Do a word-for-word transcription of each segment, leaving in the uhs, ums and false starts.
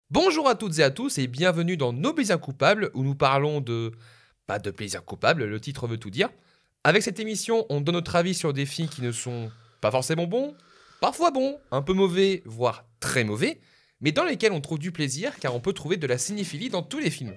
Bonjour à toutes et à tous et bienvenue dans Nos plaisirs coupables où nous parlons de... pas de plaisir coupable, le titre veut tout dire. Avec cette émission, on donne notre avis sur des films qui ne sont pas forcément bons, parfois bons, un peu mauvais, voire très mauvais, mais dans lesquels on trouve du plaisir car on peut trouver de la cinéphilie dans tous les films.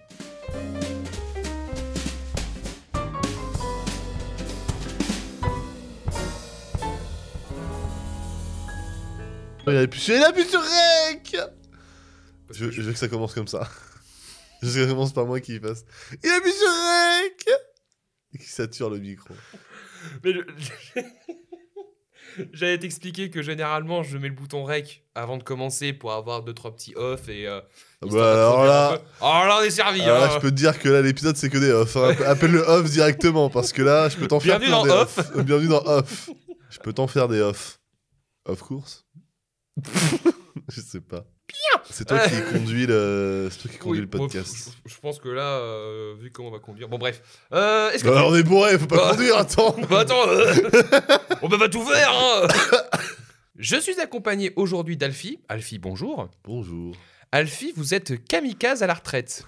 Il appuie sur, il appuie sur Rec. Je, je veux que ça commence comme ça. Je veux que ça commence par moi qui y fasse. Il appuie sur Rec et qui sature le micro. Mais je- J'allais t'expliquer que généralement je mets le bouton rec avant de commencer pour avoir deux trois petits off et euh, Ah histoire bah de alors produire un là- peu. Alors là on est servi. Alors là, hein. je peux te dire que là, l'épisode, c'est que des off. Hein. Appelle le off directement parce que là, je peux t'en faire Bienvenue plein dans des off. off. Bienvenue dans off. Je peux t'en faire des off. Off course. Je sais pas. C'est toi qui conduis le, c'est toi qui conduis Oui, le podcast. bon, je, je pense que là, euh, vu comment on va conduire. Bon, bref. Euh, est-ce que. Bah, on est bourré, faut pas Bah. conduire, attends. Bah, attends, euh, on peut pas tout faire, hein. Je suis accompagné aujourd'hui d'Alfie. Alfie, bonjour. Bonjour. Alfie, vous êtes kamikaze à la retraite.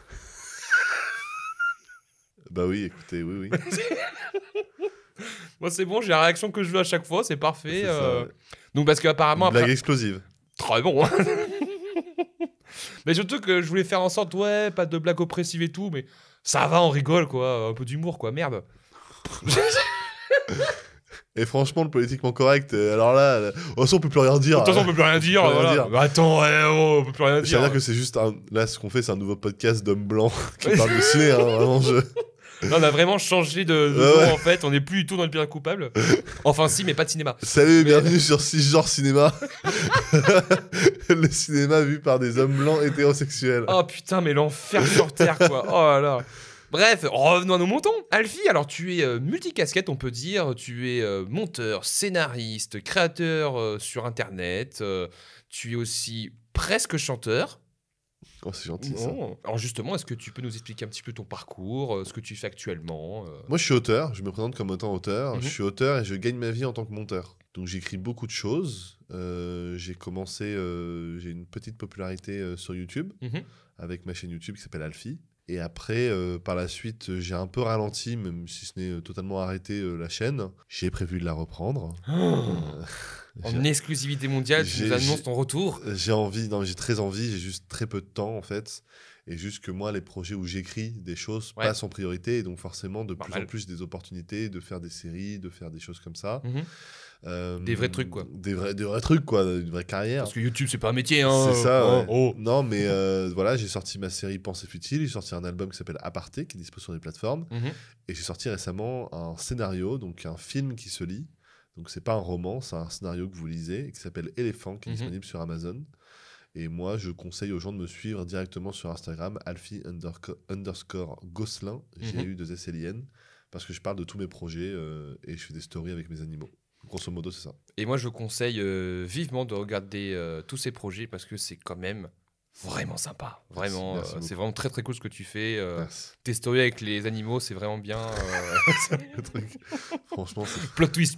Bah oui, écoutez, oui, oui. Moi, c'est bon, j'ai la réaction que je veux à chaque fois, c'est parfait. C'est ça, euh. ouais. Donc, parce qu'apparemment, Une blague après. explosive. Très bon, hein. Mais surtout que je voulais faire en sorte, ouais, pas de blagues oppressives et tout, mais ça va, on rigole, quoi. Un peu d'humour, quoi, merde. Et franchement, le politiquement correct, euh, alors là, là... Oh, de toute façon, on peut plus rien dire. De toute façon, on peut plus rien dire. On peut rien voilà. dire. Bah, attends, ouais, oh, on peut plus rien Je dire. veux dire que c'est juste un... Là, ce qu'on fait, c'est un nouveau podcast d'hommes blancs qui parle de ciné, hein, vraiment. Je... Là, on a vraiment changé de, de Ouais, nom, ouais. en fait. On n'est plus du tout dans le pire coupable. Enfin, si, mais pas de cinéma. Salut et bienvenue sur six genres cinéma. Le cinéma vu par des hommes blancs hétérosexuels. Oh putain, mais l'enfer sur Terre, quoi. Oh là là. Bref, revenons à nos montants. Alfie, alors tu es euh, multicasquette, on peut dire. Tu es euh, monteur, scénariste, créateur euh, sur Internet. euh, tu es aussi presque chanteur. Oh, c'est gentil ça. Oh. Alors justement, est-ce que tu peux nous expliquer un petit peu ton parcours, euh, ce que tu fais actuellement euh Moi, je suis auteur, je me présente comme étant auteur. Mhm. Je suis auteur et je gagne ma vie en tant que monteur. Donc, j'écris beaucoup de choses. Euh, j'ai commencé, euh, j'ai une petite popularité euh, sur YouTube Mhm. avec ma chaîne YouTube qui s'appelle Alfie. Et après, euh, par la suite, euh, j'ai un peu ralenti, même si ce n'est euh, totalement arrêté euh, la chaîne. J'ai prévu de la reprendre. Euh, En j'ai- exclusivité mondiale, tu j'ai- nous annonces j'ai- ton retour. J'ai envie, non, j'ai très envie, j'ai juste très peu de temps en fait. Et juste que moi, les projets où j'écris des choses Ouais. passent en priorité. Et donc forcément, de plus Normal. en plus, j'ai des opportunités de faire des séries, de faire des choses comme ça. Mhm. Euh, Des vrais trucs, quoi. Des vrais, des vrais trucs, quoi. Une vraie carrière. Parce que YouTube, c'est pas un métier, hein. C'est ça, Oh, ouais. oh. Non, mais euh, voilà, j'ai sorti ma série Pensée futile, j'ai sorti un album qui s'appelle Aparté, qui est dispo sur les plateformes, Mhm. et j'ai sorti récemment un scénario, donc un film qui se lit. Donc c'est pas un roman, c'est un scénario que vous lisez, et qui s'appelle Éléphant, qui est Mhm. disponible sur Amazon. Et moi, je conseille aux gens de me suivre directement sur Instagram, alfie underco- underscore Gosselin, G A U deux S L I N, parce que je parle de tous mes projets euh, et je fais des stories avec mes animaux. Grosso modo, c'est ça. Et moi, je conseille euh, vivement de regarder euh, tous ces projets parce que c'est quand même vraiment sympa. Vraiment, Merci euh, beaucoup. c'est vraiment très très cool ce que tu fais. euh, Merci. tes stories avec les animaux, c'est vraiment bien. euh, Le truc. Franchement, c'est... Plot twist.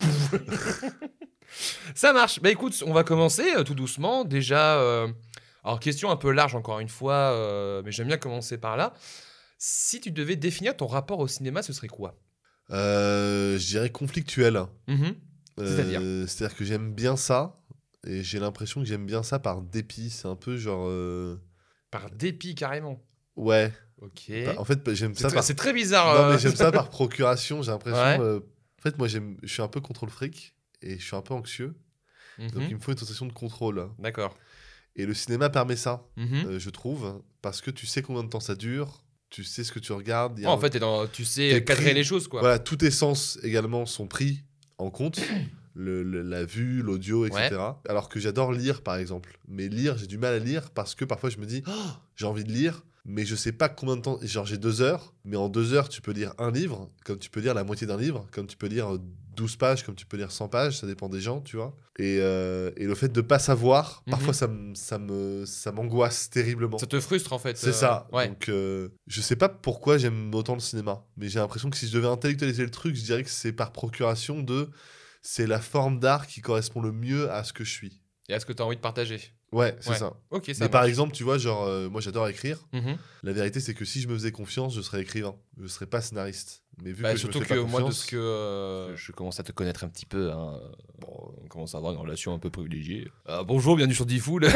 Ça marche. Bah écoute, on va commencer euh, tout doucement. Déjà, euh, alors question un peu large encore une fois, euh, mais j'aime bien commencer par là. Si tu devais définir ton rapport au cinéma, ce serait quoi? Euh, je dirais conflictuel. Mhm. C'est-à-dire Euh, C'est-à-dire que j'aime bien ça, et j'ai l'impression que j'aime bien ça par dépit. C'est un peu genre... euh, Par dépit carrément. Ouais. Ok. Bah, en fait, j'aime c'est ça très, par... c'est très bizarre. Non, euh. mais j'aime ça par procuration. J'ai l'impression... Ouais. euh, En fait, moi, j'aime... je suis un peu contrôle fric, et je suis un peu anxieux. Mhm. Donc, il me faut une sensation de contrôle. D'accord. Et le cinéma permet ça, Mhm. euh, je trouve, parce que tu sais combien de temps ça dure, tu sais ce que tu regardes. il y a Ouais, en un- fait, t'es dans, tu sais t'es cadrer pris- les choses, quoi. Voilà, tous tes sens également sont pris en compte. Le, le- la vue, l'audio, et cetera. Alors que j'adore lire, par exemple. Mais lire, j'ai du mal à lire parce que parfois je me dis, oh, j'ai envie de lire, mais je sais pas combien de temps. Genre, j'ai deux heures, mais en deux heures, tu peux lire un livre, comme tu peux lire la moitié d'un livre, comme tu peux lire euh, douze pages, comme tu peux lire cent pages, ça dépend des gens, tu vois. Et, euh, et le fait de pas savoir, Mhm. parfois, ça me- ça me- ça m'angoisse terriblement. Ça te frustre, en fait. C'est euh, ça. Ouais. Donc, euh, je sais pas pourquoi j'aime autant le cinéma, mais j'ai l'impression que si je devais intellectualiser le truc, je dirais que c'est par procuration de. C'est la forme d'art qui correspond le mieux à ce que je suis. Et à ce que tu as envie de partager. Ouais, c'est Ouais. ça. Ok, ça Mais marche. par exemple, tu vois, genre, euh, moi j'adore écrire. Mhm. La vérité, c'est que si je me faisais confiance, je serais écrivain. Je serais pas scénariste. Mais vu Bah, que je me surtout fais que pas moi, de confiance. ce que euh, je commence à te connaître un petit peu, hein, bon, on commence à avoir une relation un peu privilégiée. Ah, bonjour, bienvenue sur Diffoul.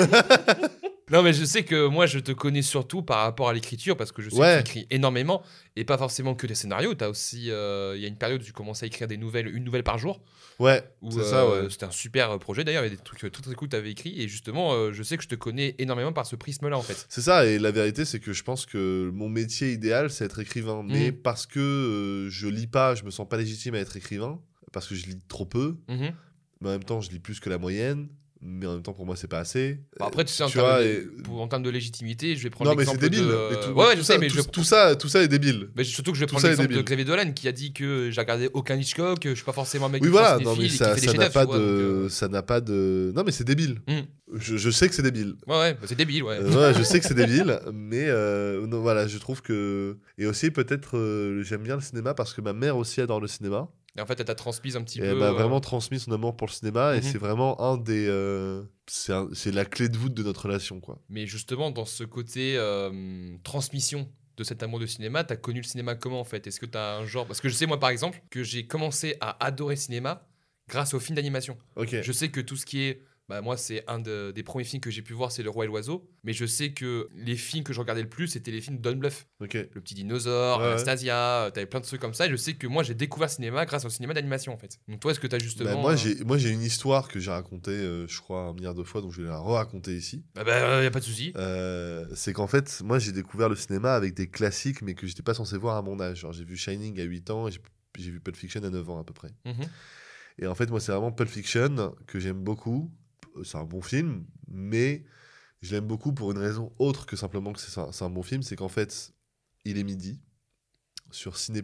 Non, mais je sais que moi, je te connais surtout par rapport à l'écriture, parce que je sais que tu Ouais, écris énormément, et pas forcément que des scénarios. T'as aussi, euh, il y a une période où tu commençais à écrire des nouvelles, une nouvelle par jour, ouais, où c'est ça, ouais. euh, c'était un super projet. D'ailleurs, il y avait des trucs euh, très très cool que t'avais écrit, et justement, euh, je sais que je te connais énormément par ce prisme-là, en fait. C'est ça, et la vérité, c'est que je pense que mon métier idéal, c'est être écrivain. Mais Mhm. parce que euh, je lis pas, je me sens pas légitime à être écrivain, parce que je lis trop peu, Mhm. mais en même temps, je lis plus que la moyenne, mais en même temps, pour moi, c'est pas assez. Bah, Euh, après, tu sais, en tu termes vois, de, et... pour- en termes de légitimité, je vais prendre Non, mais c'est l'exemple de. débile. Et euh, tout, Ouais, ouais, tout je ça, sais, mais tout, je. tout ça, tout ça est débile. Mais surtout que je vais Tout prendre ça est l'exemple de débile. Xavier Dolan qui a dit que j'ai regardé aucun Hitchcock, que je suis pas forcément un mec Oui, ultra voilà, non, cinéphile mais et qui ça, fait des ça n'a chefs-d'œuvre, pas tu vois, donc, de. euh, Ça n'a pas de. Non, mais c'est débile. hmm. Je, je sais que c'est débile. Ouais, ouais, bah, c'est débile, ouais. Euh, ouais, je sais que c'est débile, mais euh, non, voilà, je trouve que. Et aussi, peut-être, euh, j'aime bien le cinéma parce que ma mère aussi adore le cinéma. Et en fait, elle t'a transmise un petit Et peu. elle m'a euh, vraiment transmis son amour pour le cinéma, et mhm. c'est vraiment un des. euh, c'est un- c'est la clé de voûte de notre relation, quoi. Mais justement, dans ce côté euh, transmission de cet amour de cinéma, t'as connu le cinéma comment en fait? Est-ce que t'as un genre. Parce que je sais, moi par exemple, que j'ai commencé à adorer le cinéma grâce aux films d'animation. Ok. Je sais que tout ce qui est. Bah, moi, c'est un de- des premiers films que j'ai pu voir, c'est Le Roi et l'Oiseau. Mais je sais que les films que je regardais le plus, c'était les films de Don Bluth. Ok. Le petit dinosaure, Ouais, ouais. Anastasia, euh, t'avais plein de trucs comme ça. Et je sais que moi, j'ai découvert le cinéma grâce au cinéma d'animation en fait. Donc, toi, est-ce que t'as Bah, justement. moi, euh, j'ai moi, j'ai une histoire que j'ai racontée, euh, je crois, un milliard de fois, donc je vais la re-raconter ici. Ah bah, euh, y a pas de souci. Euh, c'est qu'en fait, moi, j'ai découvert le cinéma avec des classiques, mais que j'étais pas censé voir à mon âge. Genre, j'ai vu Shining à huit ans, et j'ai j'ai vu Pulp Fiction à neuf ans à peu près. Mhm. Et en fait, moi, c'est vraiment Pulp Fiction que j'aime beaucoup. C'est un bon film, mais je l'aime beaucoup pour une raison autre que simplement que c'est un, c'est un bon film. C'est qu'en fait, il est midi. Sur Ciné+,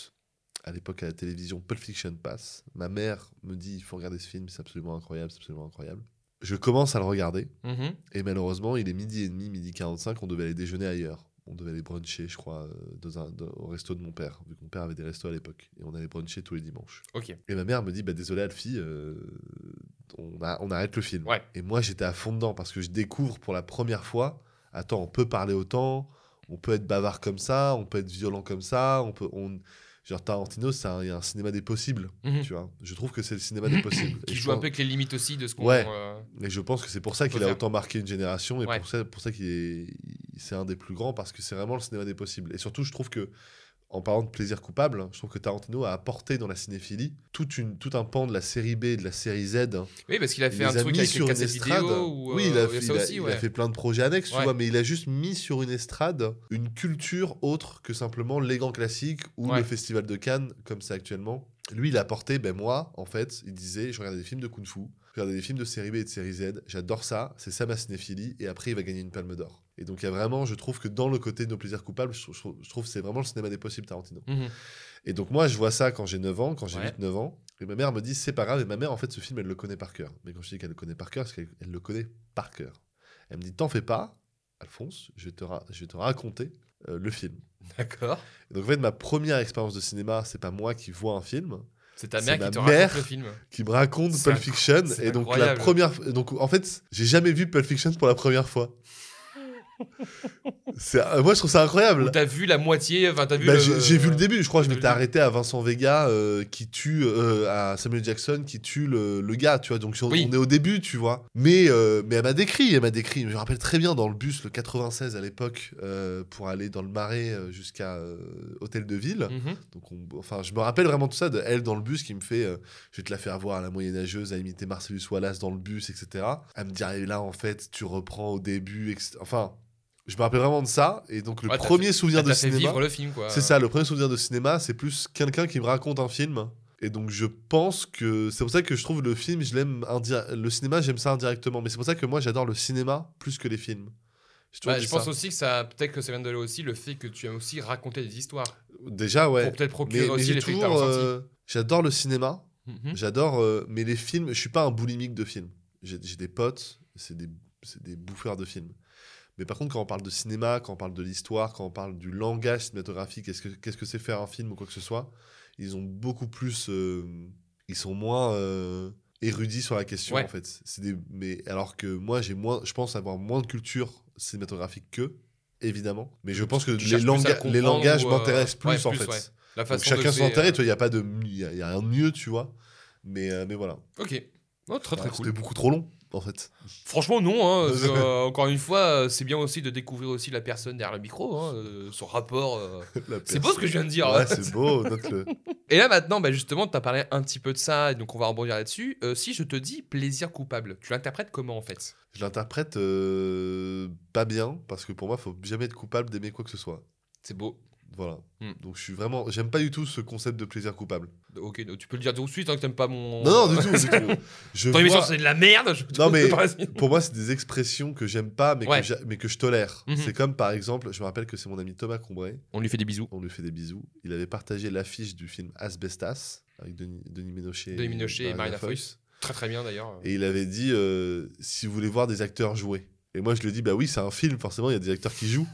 à l'époque à la télévision, Pulp Fiction passe. Ma mère me dit, il faut regarder ce film, c'est absolument incroyable, c'est absolument incroyable. Je commence à le regarder, Mhm. et malheureusement, il est midi et demi, midi quarante-cinq, on devait aller déjeuner ailleurs. On devait aller bruncher, je crois, euh, dans un, dans- au resto de mon père, vu que mon père avait des restos à l'époque. Et on allait bruncher tous les dimanches. Ok. Et ma mère me dit, bah désolé Alfie, euh, on, a- on arrête le film. Ouais. Et moi j'étais à fond dedans parce que je découvre pour la première fois, attends, on peut parler autant, on peut être bavard comme ça, on peut être violent comme ça, on peut... On... Genre Tarantino, c'est un, il y a un cinéma des possibles, Mhm. tu vois. Je trouve que c'est le cinéma des possibles. Qui Et je joue un pense- peu avec les limites aussi de ce qu'on. Ouais. euh, Et je pense que c'est pour ça On qu'il peut a faire. autant marqué une génération, et Ouais. pour ça, pour ça qu'il est... il- c'est un des plus grands, parce que c'est vraiment le cinéma des possibles. Et surtout, je trouve que, en parlant de plaisir coupable, je trouve que Tarantino a apporté dans la cinéphilie toute une, tout un pan de la série B et de la série Z. Oui, parce qu'il a Il fait les un a truc mis avec sur les une cassettes estrade. vidéo. Ou, Oui, il a, euh, fait, ça il a- aussi, il ouais. a fait plein de projets annexes, Ouais. tu vois, mais il a juste mis sur une estrade une culture autre que simplement les grands classiques ou Ouais. le festival de Cannes, comme c'est actuellement. Lui, il a apporté, ben moi, en fait, il disait, je regardais des films de Kung Fu, je regardais des films de série B et de série Z, j'adore ça, c'est ça ma cinéphilie, et après, il va gagner une palme d'or. Et donc, il y a vraiment, je trouve que dans le côté de nos plaisirs coupables, je, je- je trouve que c'est vraiment le cinéma des possibles, Tarantino. Mhm. Et donc, moi, je vois ça quand j'ai neuf ans, quand j'ai Ouais. huit neuf ans, et ma mère me dit, c'est pas grave, et ma mère, en fait, ce film, elle le connaît par cœur. Mais quand je dis qu'elle le connaît par cœur, c'est qu'elle elle le connaît par cœur. Elle me dit, t'en fais pas, Alphonse, je vais te, ra- je vais te raconter euh, le film. D'accord. Et donc, en fait, ma première expérience de cinéma, c'est pas moi qui vois un film, C'est ta C'est mère ma qui te mère. raconte le film. qui me raconte C'est Pulp inc- Fiction. c'est Et donc, la incroyable. première. Donc, en fait, j'ai jamais vu Pulp Fiction pour la première fois. C'est- euh, Moi, je trouve ça Ou incroyable. t'as vu la moitié, enfin t'as vu Bah, le- j'ai j'ai vu le début, je crois que je t'as vu m'étais le arrêté à Vincent Vega euh, qui tue, euh, à Samuel Jackson qui tue le, le gars, tu vois. Donc on, Oui. on est au début, tu vois. Mais, euh, mais elle m'a décrit, elle m'a décrit. Je me rappelle très bien dans le bus, le quatre-vingt-seize à l'époque, euh, pour aller dans le Marais euh, jusqu'à euh, Hôtel de Ville. Mhm. Donc on- enfin, je me rappelle vraiment tout ça, de elle dans le bus qui me fait euh, je vais te la faire voir à la moyenâgeuse, à imiter Marcellus Wallace dans le bus, et cetera. Elle me dit, ah, et là, en fait, tu reprends au début, et cetera. Enfin, je me rappelle vraiment de ça. Et donc, le Ouais, t'as premier souvenir Elle de t'a fait cinéma. vivre le film, quoi. C'est ça, le premier souvenir de cinéma, c'est plus quelqu'un qui me raconte un film. Et donc, je pense que c'est pour ça que je trouve le film, je l'aime indi- le cinéma, j'aime ça indirectement. Mais c'est pour ça que moi, j'adore le cinéma plus que les films. J'ai toujours Bah, dit je pense ça. aussi que ça, peut-être que ça vient de là aussi le fait que tu aimes aussi raconter des histoires. Déjà, ouais. Pour peut-être procurer mais, mais aussi j'ai l'effet que t'as toujours, ressenti. euh, j'adore le cinéma. Mhm. J'adore, euh, mais les films, je suis pas un boulimique de films. J'ai j'ai des potes, c'est des, c'est des bouffeurs de films. Mais par contre, quand on parle de cinéma, quand on parle de l'histoire, quand on parle du langage cinématographique, qu'est-ce que qu'est-ce que c'est faire un film ou quoi que ce soit, ils ont beaucoup plus, euh, ils sont moins, euh, érudits sur la question, Ouais. en fait. C'est des... Mais alors que moi, j'ai moins, je pense avoir moins de culture cinématographique qu'eux, évidemment. Mais je pense que Tu les, cherches plus à langa- comprendre les langages ou, euh, m'intéressent plus, ouais, en plus, fait. ouais. La Donc façon chacun de son faire, intérêt, euh, tu vois, il n'y a pas de... Il y, a- y a un mieux, tu vois. Mais, euh, mais voilà. Ok. Oh, très très Voilà, cool. C'était beaucoup trop long, en fait. Franchement, non. Hein, parce que, euh, encore une fois, euh, c'est bien aussi de découvrir aussi la personne derrière le micro, hein, euh, son rapport. euh. La C'est beau personne. ce que je viens de dire. Ouais, hein. c'est beau, note-le. Et là maintenant, bah, justement, tu as parlé un petit peu de ça, et donc on va rebondir là-dessus. Euh, si je te dis plaisir coupable, tu l'interprètes comment en fait? Je l'interprète euh, pas bien, parce que pour moi, il faut jamais être coupable d'aimer quoi que ce soit. C'est beau. Voilà. Hmm. Donc je suis vraiment... J'aime pas du tout ce concept de plaisir coupable. Ok, donc tu peux le dire tout de suite hein, que t'aimes pas mon. Non, non, du tout, du tout. Je Ton émission vois- c'est de la merde. Je... Non, mais Vas-y. pour moi, c'est des expressions que j'aime pas, mais, Ouais. que j'a- mais que je tolère. Mhm. C'est comme, par exemple, je me rappelle que c'est mon ami Thomas Combray, On lui fait des bisous. on lui fait des bisous. Il avait partagé l'affiche du film Asbestas, avec Denis, Denis Ménochet, Denis Ménochet et Marina Foïs. Très très bien d'ailleurs. Et il avait dit, euh, si vous voulez voir des acteurs jouer. Et moi, je lui ai dit, bah oui, c'est un film, forcément, il y a des acteurs qui jouent.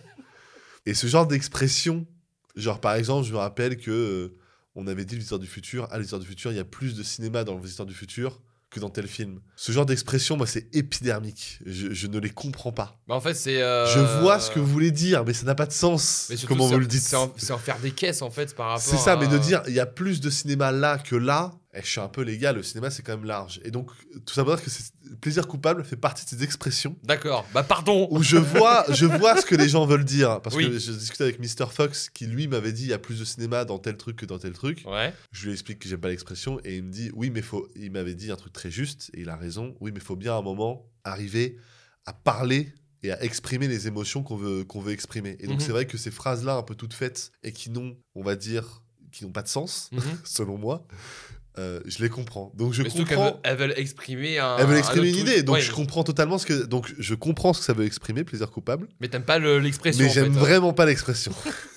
Et ce genre d'expression, genre par exemple, je me rappelle que euh, on avait dit le Visiteur du futur, ah, le Visiteur du futur, il y a plus de cinéma dans le Visiteur du futur que dans tel film. Ce genre d'expression, moi, c'est épidermique. Je, je ne les comprends pas. Bah en fait c'est. euh, Je vois ce que vous voulez dire, mais ça n'a pas de sens. mais surtout, Comment c'est- vous le dites. C'est en, c'est en faire des caisses en fait par rapport. C'est ça, à- mais de dire il y a plus de cinéma là que là, eh, je suis un peu les gars, le cinéma c'est quand même large. Et donc, tout ça pour dire que c'est- plaisir coupable fait partie de ces expressions D'accord. Bah pardon. où je vois, je vois ce que les gens veulent dire. Parce Oui. que je discutais avec mister Fox qui lui m'avait dit il y a plus de cinéma dans tel truc que dans tel truc. Ouais. Je lui explique que j'aime pas l'expression et il me dit oui, mais faut. Il m'avait dit un truc très juste et il a raison. Oui, mais faut bien à un moment arriver à parler et à exprimer les émotions qu'on veut, qu'on veut exprimer. Et donc, Mhm. c'est vrai que ces phrases-là, un peu toutes faites et qui n'ont, on va dire, qui n'ont pas de sens, Mhm. selon moi, euh, je les comprends. Donc, je Mais surtout qu'elles comprends. veulent, elles veulent exprimer un. Elles veulent un exprimer autre une truc. idée, donc Ouais, je comprends totalement ce que. Donc, je comprends ce que ça veut exprimer, plaisir coupable. Mais t'aimes pas le- l'expression. Mais en j'aime fait, hein. vraiment pas l'expression.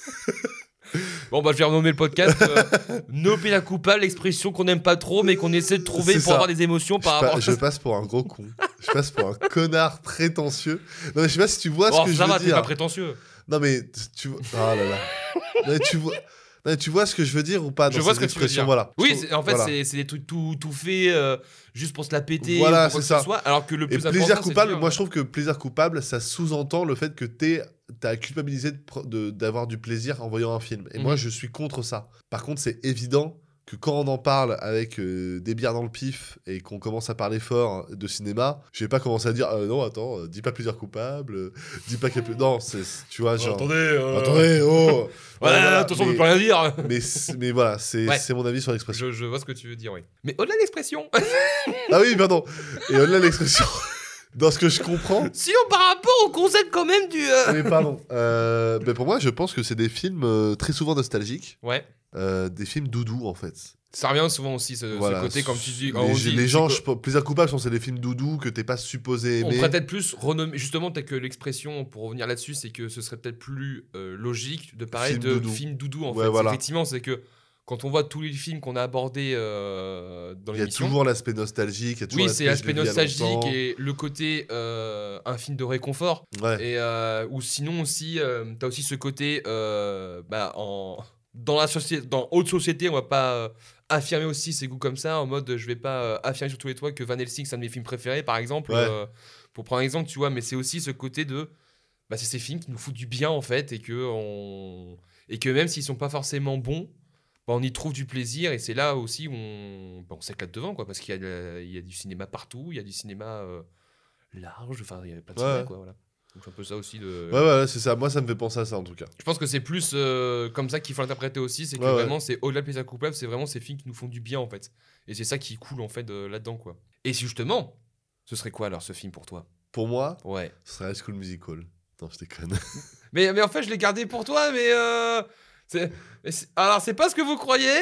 Bon, bah, je vais renommer le podcast euh, Nos plaisirs coupables, l'expression qu'on n'aime pas trop, mais qu'on essaie de trouver C'est pour ça. avoir des émotions Je, par pa- rapport je passe pour un gros con. Je passe pour un connard prétentieux. Non, mais je sais pas si tu vois Oh, ce que je ça veux va, t'es dire. pas prétentieux. Non, mais t- tu vois. Oh là là. Non, mais tu vois. non, mais tu vois ce que je veux dire ou pas dans Je vois ces ce que tu veux expressions, dire. voilà. Oui, Je trouve- c'est- en fait, voilà. c'est, c'est des trucs tout, tout faits euh, juste pour se la péter Voilà, ou pour quoi c'est que ce ça. soit. Alors que le Et plus important, plaisir c'est de coupable, dire, moi je trouve que plaisir coupable, ça sous-entend le fait que t'es, t'as culpabilisé de pr- de- d'avoir du plaisir en voyant un film. Et Mhm. moi je suis contre ça. Par contre, c'est évident que quand on en parle avec euh, des bières dans le pif et qu'on commence à parler fort de cinéma, je vais pas commencer à dire euh, non, attends, euh, dis pas plaisir coupable, euh, dis pas qu'il y a plus. Non, c'est, tu vois, genre. Attendez, euh... Attendez, oh Ouais, Voilà, attention, on mais- peut plus rien dire. mais, c'est- mais voilà, c'est, Ouais. c'est mon avis sur l'expression. Je, je vois ce que tu veux dire, oui. Mais au-delà de l'expression, Ah oui, pardon. Et au-delà de l'expression, dans ce que je comprends. sinon par rapport au concept quand même du. euh, Mais pardon. Euh, ben pour moi, je pense que c'est des films euh, très souvent nostalgiques, Ouais. euh, des films doudou en fait. Ça revient souvent aussi, ce, ce Voilà. côté, comme tu dis. Les, on dit, les gens, c'est je pense, plaisir coupable, je pense que c'est des films doudou que t'es pas supposé On aimer. pourrait peut-être plus renommer, justement, peut-être que l'expression, pour revenir là-dessus, c'est que ce serait peut-être plus euh, logique de parler Film de doudou. film doudou, en Ouais, fait. voilà. Effectivement, c'est que quand on voit tous les films qu'on a abordés euh, dans Il y a l'émission, toujours l'aspect nostalgique. il y a toujours oui, c'est l'aspect l'aspect je l'ai vu il y a nostalgique longtemps. et le côté euh, un film de réconfort. Ouais. Et, euh, ou sinon aussi, euh, t'as aussi ce côté euh, bah, en... dans la société, dans haute société, on va pas euh, affirmer aussi ses goûts comme ça, en mode je vais pas euh, affirmer sur tous les toits que Van Helsing c'est un de mes films préférés, par exemple. Ouais. euh, pour prendre un exemple, tu vois, mais c'est aussi ce côté de bah, c'est ces films qui nous foutent du bien en fait et que on et que même s'ils sont pas forcément bons, bah, on y trouve du plaisir et c'est là aussi où on, bah, on s'éclate devant quoi, parce qu'il y a, de- il y a du cinéma partout, il y a du cinéma euh, large, enfin il y a plein de Ouais. cinéma quoi, voilà. Donc c'est un peu ça aussi de. Ouais, ouais, c'est ça. Moi, ça me fait penser à ça en tout cas. Je pense que c'est plus euh, comme ça qu'il faut l'interpréter aussi, c'est que Ouais, ouais. vraiment c'est au-delà de plaisir coupable, c'est vraiment ces films qui nous font du bien en fait. Et c'est ça qui est cool en fait de- là-dedans quoi. Et si justement, ce serait quoi alors ce film pour toi? Pour moi, Ouais. ce serait High School Musical. Non, je déconne. Mais, mais en fait je l'ai gardé pour toi, mais euh, c'est- mais c'est- alors c'est pas ce que vous croyez.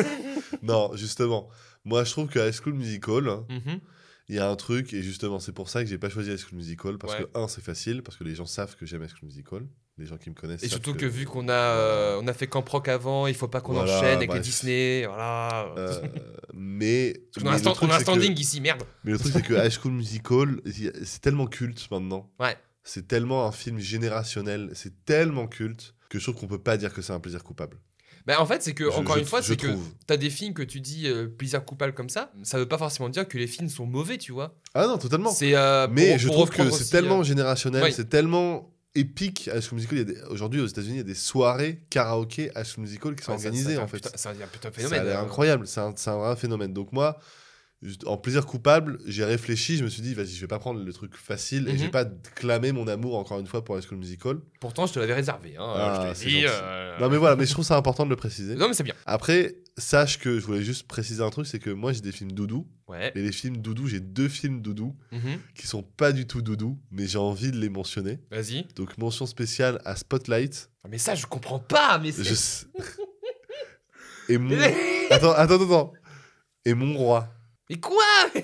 non, justement. Moi, je trouve que High School Musical, hein, Mhm. il y a un truc, et justement, c'est pour ça que j'ai pas choisi High School Musical, parce Ouais. que, un, c'est facile, parce que les gens savent que j'aime High School Musical. Les gens qui me connaissent Et savent surtout que, vu qu'on a, euh, on a fait Camp Rock avant, il faut pas qu'on Voilà, enchaîne avec les bref. Disney, voilà. Euh, mais, Parce qu'on a un mais, stand- le truc, on a un c'est que- standing ici, merde. mais le truc, c'est que High School Musical, c'est tellement culte maintenant. Ouais. C'est tellement un film générationnel, c'est tellement culte, que je trouve qu'on peut pas dire que c'est un plaisir coupable. Bah, en fait, c'est que, Je- encore je- une fois, je c'est que trouve. t'as des films que tu dis euh, plaisir coupable comme ça, ça veut pas forcément dire que les films sont mauvais, tu vois. Ah non, totalement. C'est, euh, Mais pour- je pour trouve que reprendre c'est aussi, tellement euh, générationnel, oui. c'est tellement épique. High School Musical, il y a des- aujourd'hui aux États-Unis, il y a des soirées karaoké High School Musical qui sont ouais, ça- organisées ça- en un fait. putain- C'est un, un putain de Ça phénomène. a l'air euh. incroyable, c'est un, c'est un vrai phénomène. Donc moi, je- en plaisir coupable, j'ai réfléchi, je me suis dit, vas-y, je vais pas prendre le truc facile et Mhm. je vais pas clamer mon amour encore une fois pour High School Musical. Pourtant, je te l'avais réservé. Hein, Ah, je te c'est l'ai dit. gentil. euh, Non mais voilà, mais je trouve ça important de le préciser. Non, mais c'est bien. Après, sache que je voulais juste préciser un truc, c'est que moi j'ai des films doudou, Ouais. et les films doudou, j'ai deux films doudou Mhm. qui sont pas du tout doudou, mais j'ai envie de les mentionner. Vas-y. Donc mention spéciale à Spotlight. Ah, mais ça, je comprends pas. Mais c'est. Je sais- et mon... attends, attends, attends, attends. Et Mon Roi. Mais quoi?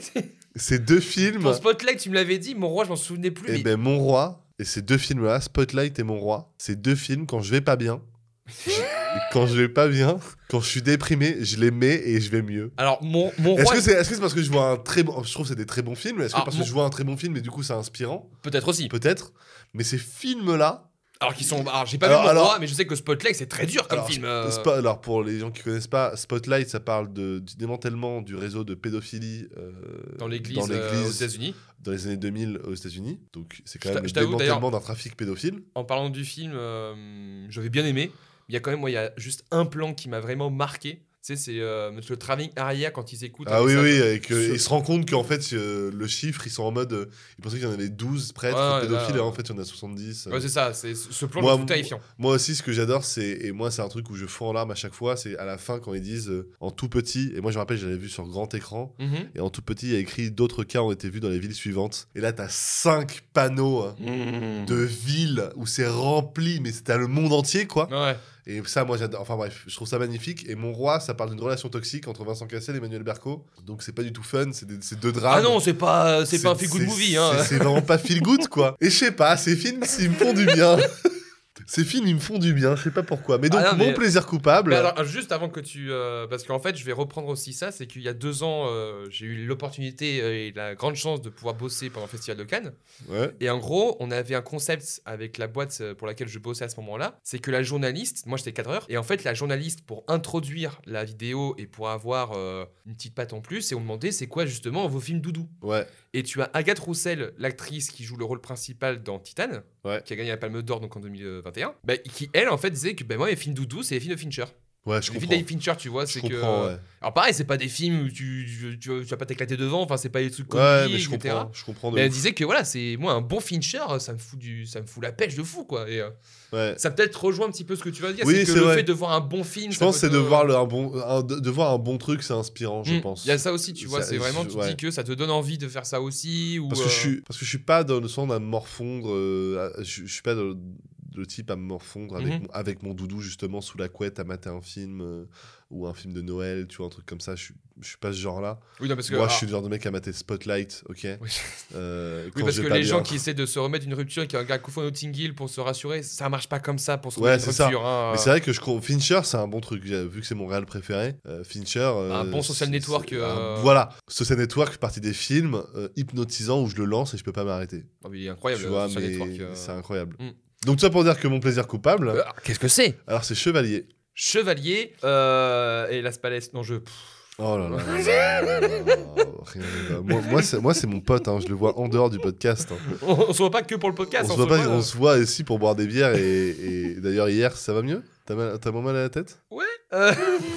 Ces deux films. Pour Spotlight, tu me l'avais dit. Mon roi, je m'en souvenais plus. Et mais- ben Mon Roi, et ces deux films-là, Spotlight et Mon Roi, ces deux films, quand je vais pas bien, je- quand je vais pas bien, quand je suis déprimé, je les mets et je vais mieux. Alors, mon, mon Est-ce roi. que c'est est -ce c'est parce que je vois un très bon... Je trouve que c'est des très bons films, est-ce que Ah, parce mon- que je vois un très bon film et du coup c'est inspirant? Peut-être aussi. Peut-être. Mais ces films-là... Alors qu'ils sont. Alors, j'ai pas Alors- vu mon alors- roi, mais je sais que Spotlight, c'est très dur comme Alors, film. Sp- euh. Spo- alors, pour les gens qui connaissent pas, Spotlight, ça parle de, du démantèlement du réseau de pédophilie euh, Dans l'église dans euh, l'église aux États-Unis. dans les années deux mille aux États-Unis. Donc, c'est quand Je même t'a- le je t'avoue, démantèlement d'un trafic pédophile. En parlant du film, euh, j'avais bien aimé. Il y a quand même, moi, il y a juste un plan qui m'a vraiment marqué. Tu sais, c'est euh, le travelling arrière quand ils écoutent. Ah un oui, message. oui, et que- Ce- ils se rendent compte qu'en fait, euh, le chiffre, ils sont en mode. euh, ils pensaient qu'il y en avait douze prêtres Ouais, ouais, pédophiles, là, et en fait, il y en a soixante-dix. euh. Ouais, c'est ça. C'est ce plan, Moi, je trouve terrifiant. Moi aussi, ce que j'adore, c'est. Et moi, c'est un truc où je fonds en larmes à chaque fois, c'est à la fin quand ils disent euh, en tout petit. Et moi, je me rappelle, je l'avais vu sur grand écran. Mhm. Et en tout petit, il y a écrit d'autres cas ont été vus dans les villes suivantes. Et là, t'as cinq panneaux hein, Mhm. de villes où c'est rempli, mais c'était le monde entier, quoi. Ouais. Et ça, moi, j'adore. Enfin bref, je trouve ça magnifique. Et Mon Roi, ça parle d'une relation toxique entre Vincent Cassel et Emmanuel Berco. Donc c'est pas du tout fun, c'est des- c'est deux drames. Ah non, c'est pas, c'est pas un feel good c'est- movie. Hein. c'est- C'est vraiment pas feel good, quoi. Et je sais pas, ces films, ils me font du bien. Ces films, ils me font du bien, je sais pas pourquoi. Mais donc, Ah non, mais- mon plaisir coupable. Mais alors, juste avant que tu. euh, parce qu'en fait, je vais reprendre aussi ça, c'est qu'il y a deux ans, euh, j'ai eu l'opportunité euh, et la grande chance de pouvoir bosser pendant le Festival de Cannes. Ouais. Et en gros, on avait un concept avec la boîte euh, pour laquelle je bossais à ce moment-là. C'est que la journaliste, moi j'étais cadreur, et en fait, la journaliste, pour introduire la vidéo et pour avoir euh, une petite patte en plus, et on demandait c'est quoi justement vos films doudou. Ouais. Et tu as Agathe Roussel, l'actrice qui joue le rôle principal dans Titane, Ouais. qui a gagné la Palme d'Or donc en deux mille vingt et un, bah, qui elle en fait disait que bah, moi, mes films doudou, c'est les films de Fincher. Ouais, je Les films comprends. David Fincher, tu vois, Je c'est que. comprends, ouais. Alors pareil, c'est pas des films où tu, tu, tu, tu vas pas t'éclater devant, enfin c'est pas des trucs Ouais, comédies, mais je et cetera. comprends. Je comprends de Mais elle ouf. disait que voilà, c'est moi un bon Fincher, ça me fout du, ça me fout la pêche de fou quoi. Et euh, Ouais. ça peut-être rejoint un petit peu ce que tu vas dire, Oui, c'est que c'est le vrai. fait de voir un bon film, Je ça pense que peut c'est de te- voir le- un bon, un- de, de voir un bon truc, c'est inspirant, je Mm. pense. Il y a ça aussi, tu vois, Ça- c'est vraiment je- tu ouais. dis que ça te donne envie de faire ça aussi ou. Parce que, euh, je suis, parce que je suis pas dans le sens à me morfondre. euh, à- je, je suis pas dans le type à me morfondre avec, Mhm. mon, avec mon doudou, justement, sous la couette, à mater un film euh, ou un film de Noël, tu vois, un truc comme ça. Je suis, je suis pas ce genre-là. Oui, non, parce que. Moi, alors- je suis le genre de mec à mater Spotlight, ok Oui. Euh, Oui, quand parce je vais que pas les gens bien. qui essaient de se remettre d'une rupture et qui regardent coup de Notting Hill pour se rassurer, ça marche pas comme ça pour se Ouais, remettre d'une c'est ça. rupture. hein. Mais c'est vrai que je com- Fincher, c'est un bon truc. J'ai- Vu que c'est mon réal préféré, euh, Fincher. euh, Un bon social c'est- network, c'est- euh, un- Voilà. Social Network fait partie des films euh, hypnotisants où je le lance et je peux pas m'arrêter. Oh, mais il est incroyable, Tu le vois, Social mais Network, euh. c'est incroyable. Mm. Donc, tout ça pour dire que mon plaisir coupable, Euh, Qu'est-ce que c'est alors c'est Chevalier. Chevalier euh, et Las Palais. Non, je. pff, Oh là là. là là là là là. Rien ne va. Moi, moi, c'est, moi, c'est mon pote. hein, Je le vois en dehors du podcast. hein. On, on se voit pas que pour le podcast. On se on voit pas, voit, on euh, se voit ici pour boire des bières et, et d'ailleurs hier, ça va mieux. T'as, mal, t'as moins mal à la tête? euh,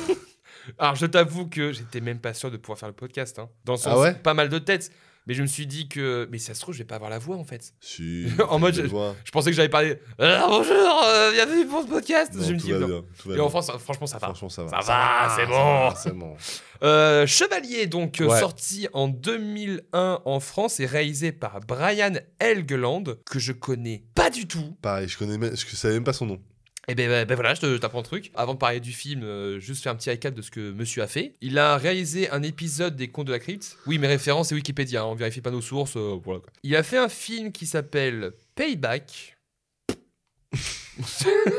Alors, je t'avoue que j'étais même pas sûr de pouvoir faire le podcast. Hein. Dans le sens, Ah ouais pas mal de têtes. Mais je me suis dit que. Mais si ça se trouve, je vais pas avoir la voix en fait. Si. En mode, je je- vois. Je pensais que j'allais parler. Alors, bonjour, euh, bienvenue pour ce podcast. Non, je me tout dis va non. bien, tout va Et bien. en France, franchement, ça va. Franchement, ça va. Ça va, c'est bon. C'est bon. Euh, Chevalier, donc euh, Ouais. sorti en deux mille un en France et réalisé par Brian Helgeland, que je connais pas du tout. Pareil, je connais, même- je savais même pas son nom. Et ben, ben, ben voilà, je te- je t'apprends le truc. Avant de parler du film, euh, juste faire un petit récap de ce que monsieur a fait. Il a réalisé un épisode des Contes de la Crypte. Oui, mes références, c'est Wikipédia, hein, on vérifie pas nos sources. euh, voilà, quoi. Il a fait un film qui s'appelle Payback.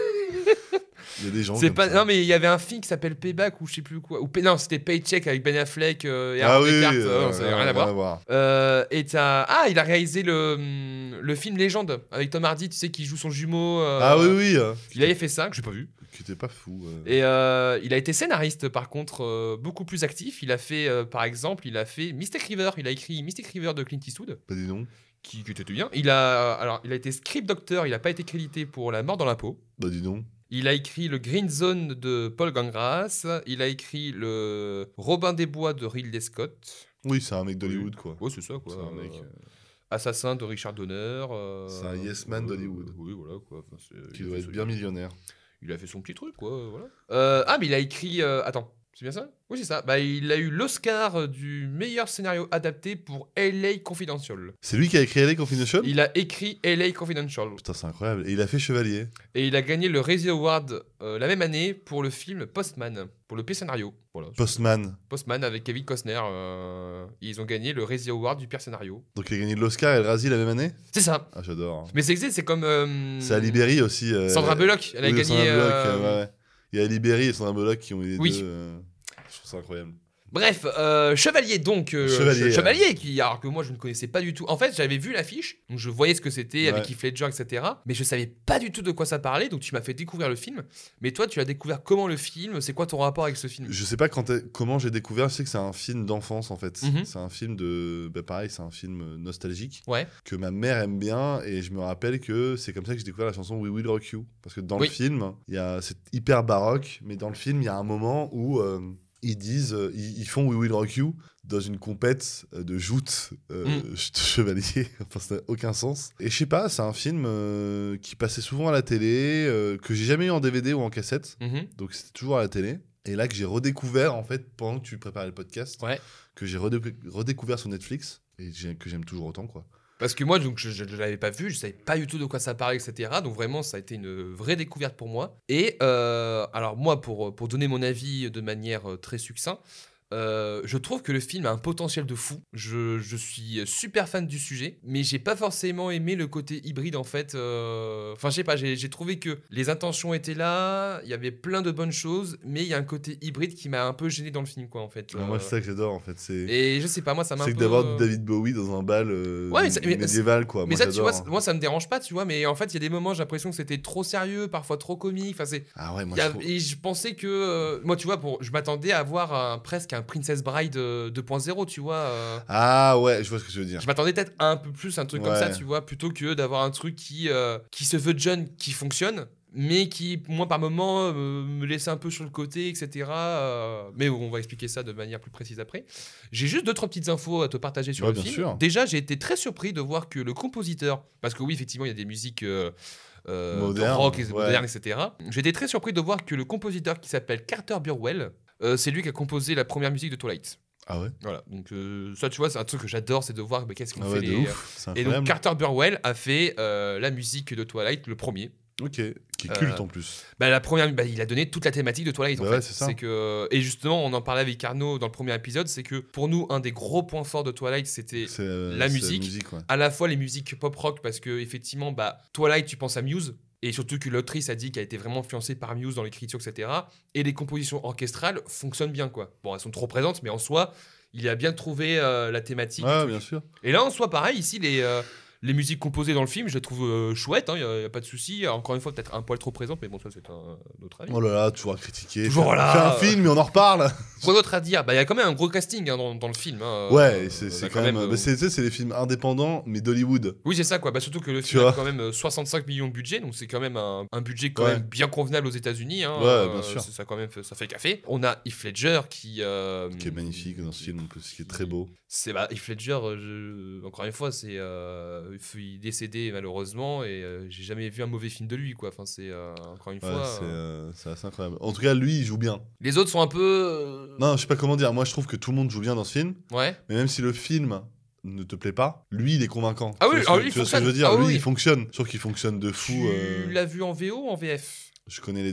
Il y a des gens C'est comme pas... ça. Non, mais il y avait un film qui s'appelle Payback ou je sais plus quoi. Ou Pay- Non, c'était Paycheck avec Ben Affleck euh, et Ah Aaron oui, Eckhart. oui, Euh, non, euh, ça n'a rien à voir. voir. Euh, et t'as... Ah, il a réalisé le, hum, le film Légende avec Tom Hardy, tu sais, qui joue son jumeau. euh, Ah oui, oui. euh, Il avait fait ça, que j'ai pas vu. Qui était pas fou. euh. Et euh, il a été scénariste, par contre, euh, beaucoup plus actif. Il a fait, euh, par exemple, il a fait Mystic River. Il a écrit Mystic River de Clint Eastwood, Bah dis donc. qui, qui était bien. Il a, alors, il a été script doctor. Il n'a pas été crédité pour La Mort dans la peau. Bah dis donc. Il a écrit le Green Zone de Paul Gangras. Il a écrit le Robin des Bois de Ridley Scott. Oui, c'est un mec d'Hollywood, quoi. Ouais, c'est ça, quoi. C'est un mec. Euh, euh, Assassin de Richard Donner. euh, C'est un yes man euh, d'Hollywood. Oui, voilà, quoi. Enfin, c'est- Qui il a doit fait être son- bien millionnaire. Il a fait son petit truc, quoi. Voilà. Euh, ah, mais il a écrit. euh, Attends, c'est bien ça? Oui, c'est ça. Bah, il a eu l'Oscar du meilleur scénario adapté pour L A Confidential. C'est lui qui a écrit L A Confidential. Il a écrit L A Confidential. Putain, c'est incroyable. Et il a fait Chevalier. Et il a gagné le Razzie Award euh, la même année pour le film Postman, pour le pire scénario. Voilà. Postman. Postman avec Kevin Costner. euh, Ils ont gagné le Razzie Award du pire scénario. Donc il a gagné l'Oscar et le Razzie la même année. C'est ça. Ah, j'adore. Mais c'est c'est comme. euh, C'est Ali Berry aussi. euh, Sandra Bullock. Elle a oui, gagné. Sandra Bullock, euh, euh, ouais, ouais. Il y a Ali Berry et Sandra Bullock qui ont eu les Oui. deux. euh, Je trouve ça incroyable. Bref, euh, Chevalier donc. euh, Chevalier, Che- Chevalier qui, alors que moi je ne connaissais pas du tout. En fait, j'avais vu l'affiche, donc je voyais ce que c'était avec Ouais. Heath Ledger, et cetera. Mais je savais pas du tout de quoi ça parlait, donc tu m'as fait découvrir le film. Mais toi, tu as découvert comment le film? C'est quoi ton rapport avec ce film? Je sais pas quand t'es- comment j'ai découvert. Je sais que c'est un film d'enfance en fait. Mhm. C'est un film de. Bah, pareil, c'est un film nostalgique Ouais. que ma mère aime bien et je me rappelle que c'est comme ça que j'ai découvert la chanson We Will Rock You parce que dans Oui. le film, il y a c'est hyper baroque, mais dans le film, il y a un moment où euh, ils disent, euh, ils, ils font We Will Rock You dans une compète euh, de joutes euh, Mm. ch- chevalier. Enfin, ça n'a aucun sens. Et je sais pas, c'est un film euh, qui passait souvent à la télé, euh, que j'ai jamais eu en D V D ou en cassette, Mhm. donc c'était toujours à la télé. Et là que j'ai redécouvert en fait pendant que tu préparais le podcast, Ouais. que j'ai redé- redécouvert sur Netflix et j'ai- que j'aime toujours autant quoi. Parce que moi, donc, je ne l'avais pas vu, je savais pas du tout de quoi ça parlait, et cetera. Donc vraiment, ça a été une vraie découverte pour moi. Et euh, alors moi, pour, pour donner mon avis de manière euh, très succincte, euh, je trouve que le film a un potentiel de fou. Je, je suis super fan du sujet, mais j'ai pas forcément aimé le côté hybride en fait. euh, Enfin, je sais pas, j'ai j'ai trouvé que les intentions étaient là, il y avait plein de bonnes choses, mais il y a un côté hybride qui m'a un peu gêné dans le film, quoi, en fait. Alors, moi Euh, c'est ça que j'adore en fait, c'est Et je sais pas, moi ça m'a un c'est peu. que d'avoir euh, du David Bowie dans un bal euh, Ouais, mais ça- mais- médiéval quoi. Mais moi ça, tu vois, j'adore. c- moi ça me dérange pas, tu vois, mais en fait, il y a des moments, j'ai l'impression que c'était trop sérieux, parfois trop comique. Enfin, c'est. Ah ouais, moi il y a- je trouve- Et je pensais que. euh, moi, tu vois, pour, je m'attendais à avoir un, presque un Princess Bride euh, deux point zéro, tu vois. euh. Ah ouais, je vois ce que tu veux dire. Je m'attendais peut-être un peu plus un truc comme Ouais. ça, tu vois, plutôt que d'avoir un truc qui, euh, qui se veut jeune, qui fonctionne, mais qui, moi, par moment, euh, me laissait un peu sur le côté, et cetera. euh, Mais on va expliquer ça de manière plus précise après. J'ai juste deux, trois petites infos à te partager sur Ouais, le bien film. sûr. Déjà, j'ai été très surpris de voir que le compositeur, parce que oui, effectivement, il y a des musiques euh, euh, de Moderne, rock et ouais. modernes, et cetera. J'ai été très surpris de voir que le compositeur qui s'appelle Carter Burwell, euh, c'est lui qui a composé la première musique de Twilight. Ah ouais. Voilà, donc euh, ça, tu vois, c'est un truc que j'adore, c'est de voir bah, qu'est-ce qu'on Ah fait ouais, de les, ouf. C'est et donc incroyable. Carter Burwell a fait euh, la musique de Twilight, le premier. Ok, qui est Euh, culte en plus. Bah, la première, bah, il a donné toute la thématique de Twilight. En Bah fait. ouais, c'est ça. que et justement, on en parlait avec Arnaud dans le premier épisode, c'est que pour nous, un des gros points forts de Twilight, c'était C'est euh, la c'est musique. ouais. à la fois les musiques pop rock, parce que effectivement, bah Twilight, tu penses à Muse. Et surtout que l'autrice a dit qu'elle a été vraiment influencée par Muse dans l'écriture, et cetera. Et les compositions orchestrales fonctionnent bien, quoi. Bon, elles sont trop présentes, mais en soi, il a bien trouvé euh, la thématique. Ouais, du truc. bien sûr. Et là, en soi, pareil, ici, les, euh, les musiques composées dans le film, je les trouve euh, chouettes, il n'y a, y a pas de souci. Encore une fois, peut-être un poil trop présente, mais bon, ça, c'est un, un autre avis. Oh là là, toujours à critiquer. Toujours Fais- là. Fais un film, mais on en reparle. Quoi d'autre à dire? Bah, il y a quand même un gros casting hein, dans, dans le film. hein. Ouais, Euh, c'est on a c'est quand même. euh, bah, c'est tu sais, c'est les films indépendants, mais d'Hollywood. Oui, c'est ça, quoi. Bah, surtout que le Tu film a vois. quand même euh, soixante-cinq millions de budget, donc c'est quand même un, un budget quand Ouais. même bien convenable aux États-Unis. Hein. Ouais, Euh, bien sûr. c'est- Ça, quand même, fait- ça fait café. On a Heath Ledger qui. euh, Qui est magnifique dans ce film, en plus, qui est très beau. C'est bah, Heath Ledger, euh, je- encore une fois, c'est euh, il est décédé malheureusement et euh, j'ai jamais vu un mauvais film de lui, quoi. Enfin, c'est euh, encore une Ouais, fois. c'est euh, euh, c'est assez incroyable. En tout cas, lui, il joue bien. Les autres sont un peu. euh, Non, je sais pas comment dire. Moi, je trouve que tout le monde joue bien dans ce film. Ouais. Mais même si le film ne te plaît pas, lui, il est convaincant. Ah Tu oui, vois ce ah que- oui, il tu vois ce que je fonctionne. veux dire. Ah Lui, oui. il fonctionne. Je trouve qu'il fonctionne de fou. Tu euh, l'as vu en V O ou en V F? Je connais les deux.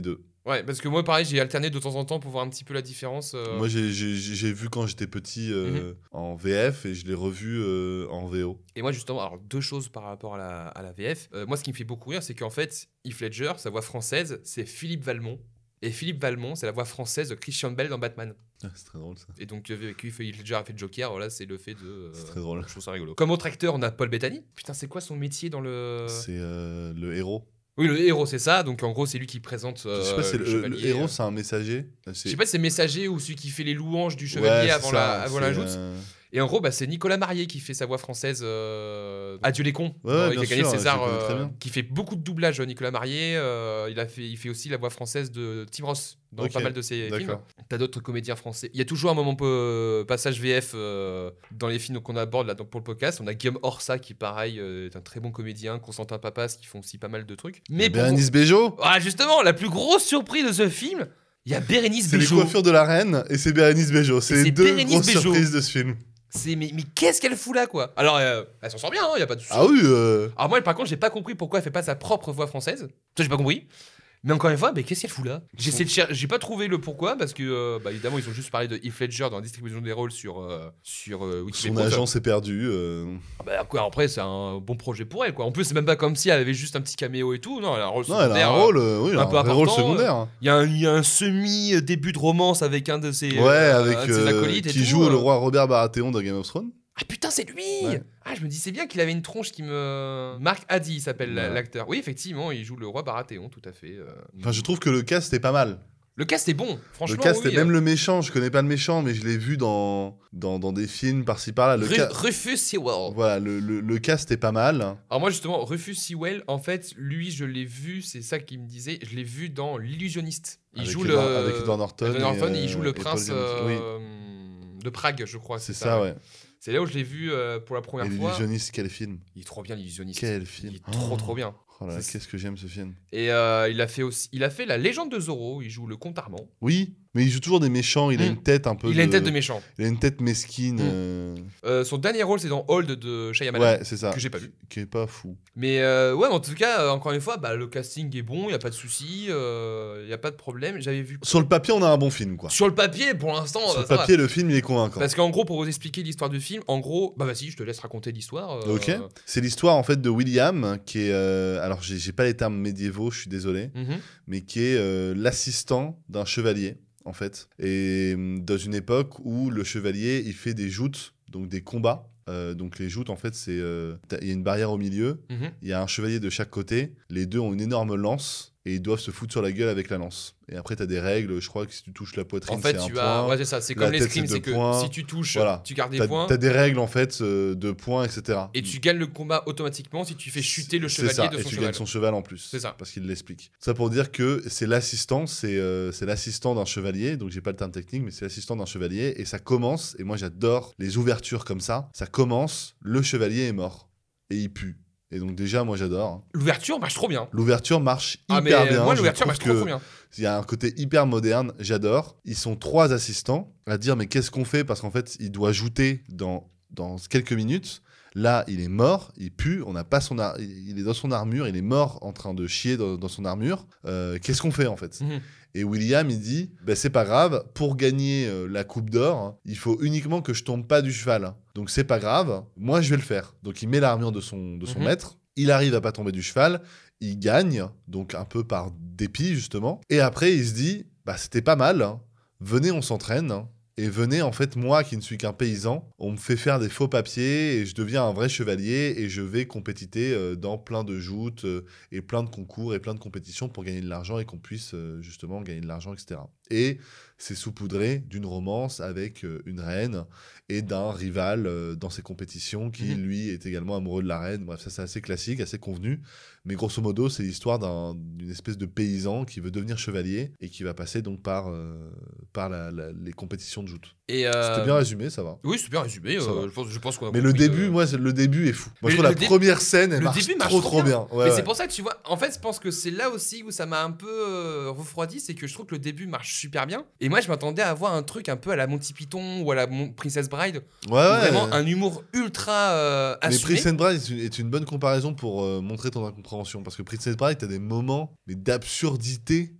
Ouais, parce que moi, pareil, j'ai alterné de temps en temps pour voir un petit peu la différence. euh. Moi, j'ai, j'ai, j'ai vu quand j'étais petit euh, en V F et je l'ai revu euh, en V O. Et moi, justement, alors deux choses par rapport à la, à la V F. Euh, moi, ce qui me fait beaucoup rire, c'est qu'en fait, Heath Ledger, sa voix française, c'est Philippe Valmont. Et Philippe Valmont, c'est la voix française de Christian Bale dans Batman. Ah, c'est très drôle ça. Et donc, euh, qui fait Heath Ledger a fait Joker, voilà, c'est le fait de. euh, C'est très drôle. Je trouve ça rigolo. Comme autre acteur, on a Paul Bettany. Putain, c'est quoi son métier dans le. C'est euh, le héros. Oui, le héros, c'est ça. Donc, en gros, c'est lui qui présente. Euh, Je sais pas si le, le, chevalier. le héros, c'est un messager. Je C'est... sais pas si c'est messager ou celui qui fait les louanges du chevalier Ouais, avant, c'est la, ça, avant c'est, la joute. euh, Et en gros, bah, c'est Nicolas Marié qui fait sa voix française. Euh... Adieu les cons. Ouais, euh, ouais, qui a bien gagné sûr, le César. je le connais très euh, bien. Qui fait beaucoup de doublage, Nicolas Marié. Euh, il, a fait, il fait aussi la voix française de Tim Ross dans Ok, pas mal de ses films. d'accord. T'as d'autres comédiens français. Il y a toujours un moment peu, passage V F euh, dans les films qu'on aborde là, donc, pour le podcast. On a Guillaume Orsat qui, pareil, euh, est un très bon comédien. Constantin Papas qui font aussi pas mal de trucs. Mais pour- Bérénice Bejo. Ah, justement, la plus grosse surprise de ce film, il y a Bérénice C'est les Bejo. coiffures de la reine et c'est Bérénice Bejo. C'est Et les c'est deux Bérénice grosses Bejo. surprises de ce film. C'est mais, mais qu'est-ce qu'elle fout là quoi. Alors euh, elle s'en sort bien, il y a pas de souci. Ah oui. Euh... Alors moi par contre j'ai pas compris pourquoi elle fait pas sa propre voix française. Ça j'ai pas compris. Mais encore une fois, mais qu'est-ce qu'elle fout là? J'ai essayé de cher- j'ai pas trouvé le pourquoi parce que euh, bah, évidemment ils ont juste parlé de Heath Ledger dans la distribution des rôles sur euh, sur euh, Son Wikipédia. agent s'est perdu. euh. Ah bah, quoi, après c'est un bon projet pour elle quoi. En plus c'est même pas comme si elle avait juste un petit caméo et tout. Non, elle a un rôle Non, elle secondaire. a un euh, rôle, euh, oui, elle a un un peu vrai rôle important, secondaire. Il y, a un- il y a un semi début de romance avec un de ses Ouais, euh, avec un de ses euh, acolytes et qui tout, joue euh. le roi Robert Baratheon dans Game of Thrones. Ah putain, c'est lui Ouais. Ah, je me dis, c'est bien qu'il avait une tronche qui me... Marc Haddy, il s'appelle Ouais. l'acteur. Oui, effectivement, il joue le roi Baratheon, tout à fait. euh. Enfin, je trouve que le cast est pas mal. Le cast est bon, franchement. Le cast oui, est même euh. le méchant. Je connais pas le méchant, mais je l'ai vu dans, dans, dans des films par-ci par-là. Le Ru- ca- Rufus Sewell. Voilà, le, le, le cast est pas mal. Alors moi, justement, Rufus Sewell, en fait, lui, je l'ai vu, c'est ça qu'il me disait, je l'ai vu dans L'Illusionniste. Il Avec joue Edward- le... avec Edward Norton Edward et, Norton, euh, il joue le et Paul prince Giamatti. Oui. euh, de Prague, je crois. C'est ça, ouais. C'est là où je l'ai vu euh, pour la première Et fois. l'illusionniste, quel film. Il est trop bien, L'Illusionniste. Quel film. Il est trop, Oh. trop bien. Oh là là, C'est- qu'est-ce que j'aime ce film. Et euh, il a fait aussi, il a fait La Légende de Zorro. Il joue le comte Armand. Oui, mais il joue toujours des méchants. Il a Mm. une tête un peu. Il a une tête de méchant. Il a une tête mesquine. Mm. euh, Euh, son dernier rôle, c'est dans Hold de Shyamalan. Ouais, c'est ça. Que j'ai pas vu. Qui est pas fou. Mais euh, ouais, en tout cas, euh, encore une fois, bah, le casting est bon, il y a pas de souci, il y a pas de problème. J'avais vu Sur le papier, on a un bon film, quoi. sur le papier pour l'instant. Sur euh, le ça va. papier, le film, il est convaincant. Parce qu'en gros, pour vous expliquer l'histoire du film, en gros, bah vas-y, je te laisse raconter l'histoire. euh, Ok. C'est l'histoire en fait de William qui est, euh, alors j'ai j'ai pas les termes médiévaux, je suis désolé, mhm. mais qui est euh, l'assistant d'un chevalier en fait. Et euh, dans une époque où le chevalier il fait des joutes, donc des combats. Euh, donc les joutes en fait c'est, euh, t'as- il y a une barrière au milieu, Mhm. il y a un chevalier de chaque côté, les deux ont une énorme lance et ils doivent se foutre sur la gueule avec la lance. Et après t'as des règles, je crois que si tu touches la poitrine En fait, c'est un tu point. as. Ouais, c'est ça, c'est La comme les tête, scrims, c'est c'est deux que points. si tu touches, Voilà. tu gardes des T'as, points. t'as des règles en fait euh, de points, et cetera. Et tu gagnes le combat automatiquement si tu fais chuter le C'est chevalier ça, de et son tu cheval. gagnes son cheval en plus. C'est ça. Parce qu'il l'explique. Ça pour dire que c'est l'assistant, c'est euh, c'est l'assistant d'un chevalier, donc j'ai pas le terme technique, mais c'est l'assistant d'un chevalier, et ça commence, et moi j'adore les ouvertures comme ça, ça commence, le chevalier est mort, et il pue. Et donc déjà, moi j'adore. L'ouverture marche trop bien. L'ouverture marche Ah, mais hyper bien. moi, je l'ouverture trouve marche trop, que trop bien. il y a un côté hyper moderne, j'adore. Ils sont trois assistants à dire mais qu'est-ce qu'on fait parce qu'en fait il doit jouter dans, dans quelques minutes. Là il est mort, il pue, on n'a pas son ar- il est dans son armure, il est mort en train de chier dans, dans son armure. Euh, qu'est-ce qu'on fait en fait? Mhm. Et William il dit bah, c'est pas grave, pour gagner euh, la coupe d'or, hein, il faut uniquement que je tombe pas du cheval. Donc c'est pas grave, moi je vais le faire. Donc il met l'armure de son, de son Mhm. maître. Il arrive à pas tomber du cheval, il gagne, donc un peu par dépit justement. Et après, il se dit, bah c'était pas mal, hein. Venez, on s'entraîne. hein. Et venez, en fait, moi qui ne suis qu'un paysan, on me fait faire des faux papiers et je deviens un vrai chevalier et je vais compétiter euh, dans plein de joutes euh, et plein de concours et plein de compétitions pour gagner de l'argent et qu'on puisse euh, justement gagner de l'argent, et cetera. Et c'est saupoudré d'une romance avec euh, une reine et d'un rival euh, dans ces compétitions qui, Mhm. lui, est également amoureux de la reine. Bref, ça c'est assez classique, assez convenu. Mais grosso modo, c'est l'histoire d'un- d'une espèce de paysan qui veut devenir chevalier et qui va passer donc par, euh, par la- la- les compétitions de joute. Et euh, C'était bien résumé, ça va. Oui, c'est bien résumé. Ça euh, va. je pense, je pense qu'on a Mais le compris, début, euh, moi, c'est- le début est fou. Moi, Mais je trouve le la dé- première scène, elle le marche, début marche trop, trop trop bien. Ouais, mais ouais. c'est pour ça que tu vois, en fait, je pense que c'est là aussi où ça m'a un peu euh, refroidi, c'est que je trouve que le début marche super bien. Et moi, je m'attendais à avoir un truc un peu à la Monty Python ou à la Mon- Princess Bride, Ouais, ouais. vraiment un humour ultra euh, Mais assumé. Princess Bride est une, est une bonne comparaison pour euh, montrer ton incompréhension. Parce que Princess Bride, t'as des moments mais d'absurdité.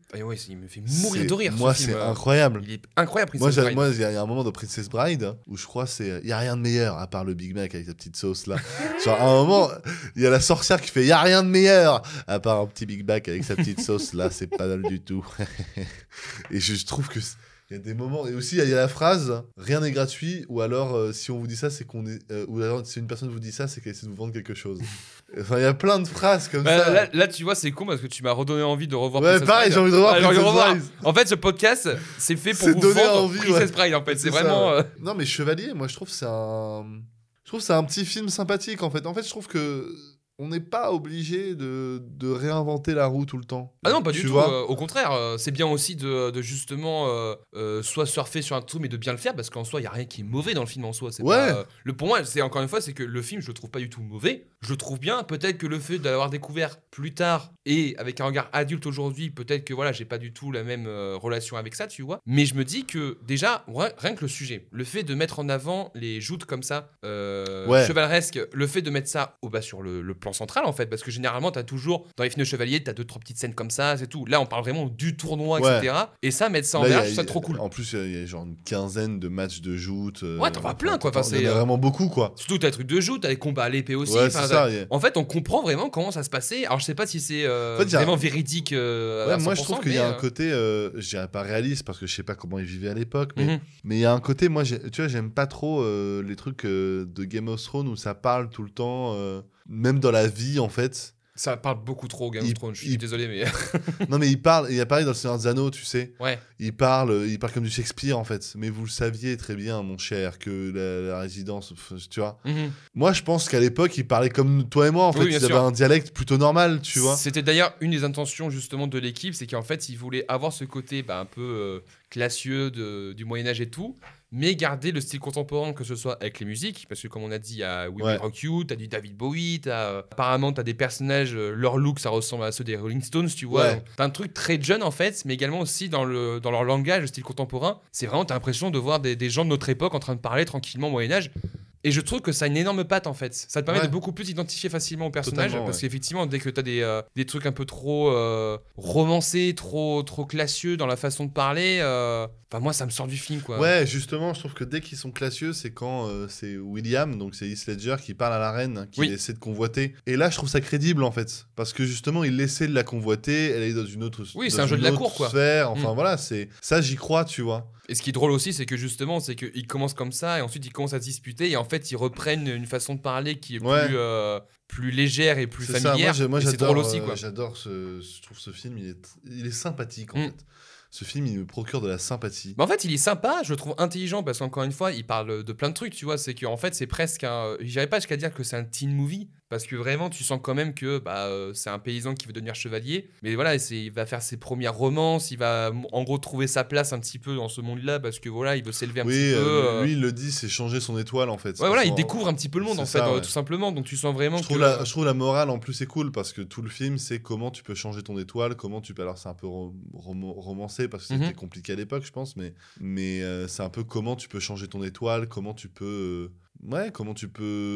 Et ouais, il me fait mourir C'est- de rire. Moi, ce film. c'est euh, incroyable. Il est incroyable, Moi, Princess j'ai- Bride. moi, il y a un moment de Princess Bride où je crois c'est il y a rien de meilleur à part le Big Mac avec sa petite sauce là. Genre à un moment, il y a la sorcière qui fait il y a rien de meilleur à part un petit Big Mac avec sa petite sauce là, c'est pas mal du tout. Et je, je trouve que c'est- il y a des moments et aussi il y a- il y a la phrase rien n'est gratuit ou alors euh, si on vous dit ça c'est qu'on est euh, ou alors si une personne vous dit ça c'est qu'elle essaie de vous vendre quelque chose. Enfin, il y a plein de phrases comme Bah, ça. là, là, tu vois, c'est con parce que tu m'as redonné envie de revoir Ouais, Princess pareil, Bride. j'ai envie de revoir Ah, j'ai envie de Princess revoir. Bride. En fait, ce podcast, c'est fait pour C'est vous donner vendre envie, Princess ouais. Bride, en fait. C'est C'est vraiment... ça, euh, ouais. Non, mais Chevalier, moi, je trouve que c'est un... Je trouve que c'est un petit film sympathique, en fait. En fait, je trouve que on n'est pas obligé de... de réinventer la roue tout le temps. Ah non, pas Tu du tout. vois euh, au contraire, euh, c'est bien aussi de, de justement euh, euh, soit surfer sur un truc, mais de bien le faire parce qu'en soi, il y a rien qui est mauvais dans le film en soi. C'est Ouais. pas, euh, le pour moi, c'est encore une fois, c'est que le film, je le trouve pas du tout mauvais. Je le trouve bien. Peut-être que le fait d'avoir découvert plus tard et avec un regard adulte aujourd'hui, peut-être que voilà, j'ai pas du tout la même euh, relation avec ça, tu vois. Mais je me dis que déjà, ouais, rien que le sujet, le fait de mettre en avant les joutes comme ça, euh, Ouais. chevaleresques, le fait de mettre ça au bas sur le, le plan central en fait, parce que généralement, t'as toujours dans les films de chevalier, t'as deux trois petites scènes comme ça, c'est tout. Là, on parle vraiment du tournoi, Ouais. et cetera. Et ça, mettre ça en Là, il y vert, a- je trouve ça trop cool. En plus, il y, a- il y a genre une quinzaine de matchs de joutes. euh, Ouais, t'en vois plein, quoi. Enfin, Enfin, il y en c'est, a euh, vraiment beaucoup, quoi. Surtout, t'as des trucs de joute, t'as des combats à l'épée aussi. Ouais, Enfin, c'est t'as- ça. il y a- En fait, on comprend vraiment comment ça se passait. Alors, je sais pas si c'est euh, En fait, il y a- vraiment véridique. euh, Ouais, à moi, je cent pour trouve cent, qu'il y a mais, un euh, côté, euh, je dirais pas réaliste parce que je sais pas comment ils vivaient à l'époque, mais mhm. mais il y a un côté, moi, j'ai- tu vois, j'aime pas trop euh, les trucs euh, de Game of Thrones où ça parle tout le temps, euh, même dans la vie, en fait. Ça parle beaucoup trop, Game Il- of Thrones. Je suis il- désolé, mais. Non, mais il parle, il y a pareil dans le Seigneur des Anneaux, tu sais. Ouais. Il parle, euh, il parle comme du Shakespeare, en fait. Mais vous le saviez très bien, mon cher, que la, la résidence, f- tu vois. Mhm. Moi, je pense qu'à l'époque, il parlait comme toi et moi, en fait. Oui, bien Ils avaient sûr. un dialecte plutôt normal, tu vois. C'était d'ailleurs une des intentions justement de l'équipe, c'est qu'en fait ils voulaient avoir ce côté bah, un peu euh, classieux de- du Moyen-Âge et tout, mais garder le style contemporain, que ce soit avec les musiques, parce que comme on a dit, il y a We Ouais. Will Rock You, t'as du David Bowie, t'as, euh, apparemment t'as des personnages, euh, leur look ça ressemble à ceux des Rolling Stones, tu vois. Ouais. Donc, t'as un truc très jeune en fait, mais également aussi dans, le, dans leur langage, le style contemporain. C'est vraiment, t'as l'impression de voir des, des gens de notre époque en train de parler tranquillement au Moyen-Âge. Et je trouve que ça a une énorme patte en fait. Ça te permet Ouais. de beaucoup plus t'identifier facilement au personnage. Totalement, Parce ouais. qu'effectivement, dès que t'as des, euh, des trucs un peu trop euh, romancés, trop, trop classieux dans la façon de parler, euh, enfin, moi ça me sort du film quoi. Ouais, justement, je trouve que dès qu'ils sont classieux, c'est quand euh, c'est William, donc c'est Heath Ledger, qui parle à la reine, qui Oui. essaie de convoiter. Et là, je trouve ça crédible, en fait. Parce que justement, il essaie de la convoiter, elle est dans une autre Oui, dans c'est un jeu une de la autre cour, quoi. sphère. Enfin, Mm. voilà, c'est ça, j'y crois, tu vois. Et ce qui est drôle aussi, c'est que justement, c'est qu'ils commencent comme ça et ensuite ils commencent à se disputer et en fait ils reprennent une façon de parler qui est Ouais. plus, euh, plus légère et plus C'est ça, familière. moi, j'ai- moi Et c'est j'adore drôle aussi euh, quoi. j'adore ce, je trouve ce film, il est, il est sympathique, en Mm. fait. Ce film, il me procure de la sympathie. Mais en fait, il est sympa, je le trouve intelligent parce qu'encore une fois, il parle de plein de trucs, tu vois. C'est qu'en fait, c'est presque un. J'irais pas jusqu'à dire que c'est un teen movie parce que vraiment, tu sens quand même que bah, euh, c'est un paysan qui veut devenir chevalier. Mais voilà, c'est- il va faire ses premières romances, il va en gros trouver sa place un petit peu dans ce monde-là parce que voilà, il veut s'élever un Oui, petit peu. euh, euh. lui, il le dit, c'est changer son étoile, en fait. Ouais, voilà, il Son- découvre un petit peu le monde c'est en fait, ça, euh, ouais. tout simplement. Donc tu sens vraiment Je trouve, que. la, je trouve la morale en plus c'est cool parce que tout le film c'est comment tu peux changer ton étoile, comment tu peux. Alors c'est un peu rom- rom- romancé parce que c'était Mhm. compliqué à l'époque, je pense, mais, mais euh, c'est un peu comment tu peux changer ton étoile, comment tu peux. euh, ouais, comment tu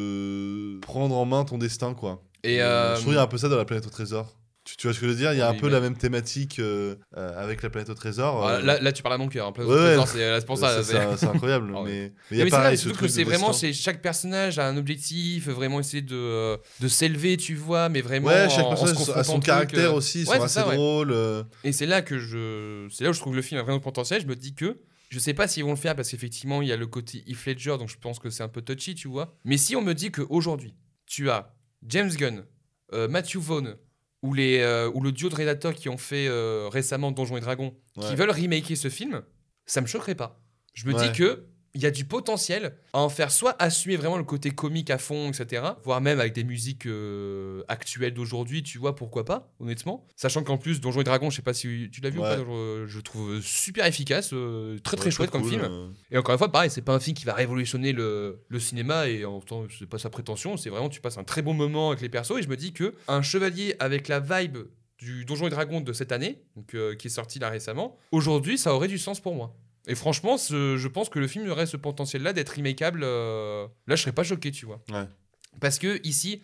peux prendre en main ton destin, quoi. Et Euh, euh, Je trouve qu'il y a un peu ça dans La Planète au Trésor. Tu, tu vois ce que je veux dire? Il y a Oui, un peu mais- la même thématique euh, euh, avec La Planète au Trésor. ah, euh, là, là, tu parles à mon cœur. hein, Place Ouais, du Trésor, ouais. c'est c'est pour ça, ça. c'est c'est- c'est incroyable. Ah ouais. mais mais il y a Mais c'est là, pareil, ce surtout que truc c'est de vraiment, destin. c'est chaque personnage a un objectif, vraiment essayer de, euh, de s'élever, tu vois, mais vraiment Ouais, chaque en- en se personnage a confrontant son au truc, caractère euh. aussi, ils Ouais, sont c'est assez ça, ouais. drôles. euh, Et c'est là que je, c'est là où je trouve que le film a vraiment de potentiel. Je me dis que je sais pas s'ils vont le faire parce qu'effectivement il y a le côté Heath Ledger, donc je pense que c'est un peu touchy, tu vois. Mais si on me dit qu'aujourd'hui tu as James Gunn, euh, Matthew Vaughn ou les euh, ou le duo de rédacteurs qui ont fait euh, récemment Donjons et Dragons, Ouais. qui veulent remaker ce film, ça me choquerait pas. Je me Ouais. dis que il y a du potentiel à en faire soit assumer vraiment le côté comique à fond, et cetera. Voire même avec des musiques euh, actuelles d'aujourd'hui, tu vois, pourquoi pas, honnêtement. Sachant qu'en plus, Donjons et Dragons, je sais pas si tu l'as vu Ouais. ou pas, Donjons- je le trouve super efficace, euh, très très ouais, chouette comme cool, film. euh. Et encore une fois, pareil, c'est pas un film qui va révolutionner le, le cinéma et en même temps, c'est pas sa prétention, c'est vraiment tu passes un très bon moment avec les persos et je me dis que un chevalier avec la vibe du Donjons et Dragons de cette année, donc, euh, qui est sorti là récemment, aujourd'hui, ça aurait du sens pour moi. Et franchement, ce- je pense que le film aurait ce potentiel-là d'être remakeable. euh, Là, je serais pas choqué, tu vois. Ouais. Parce que ici,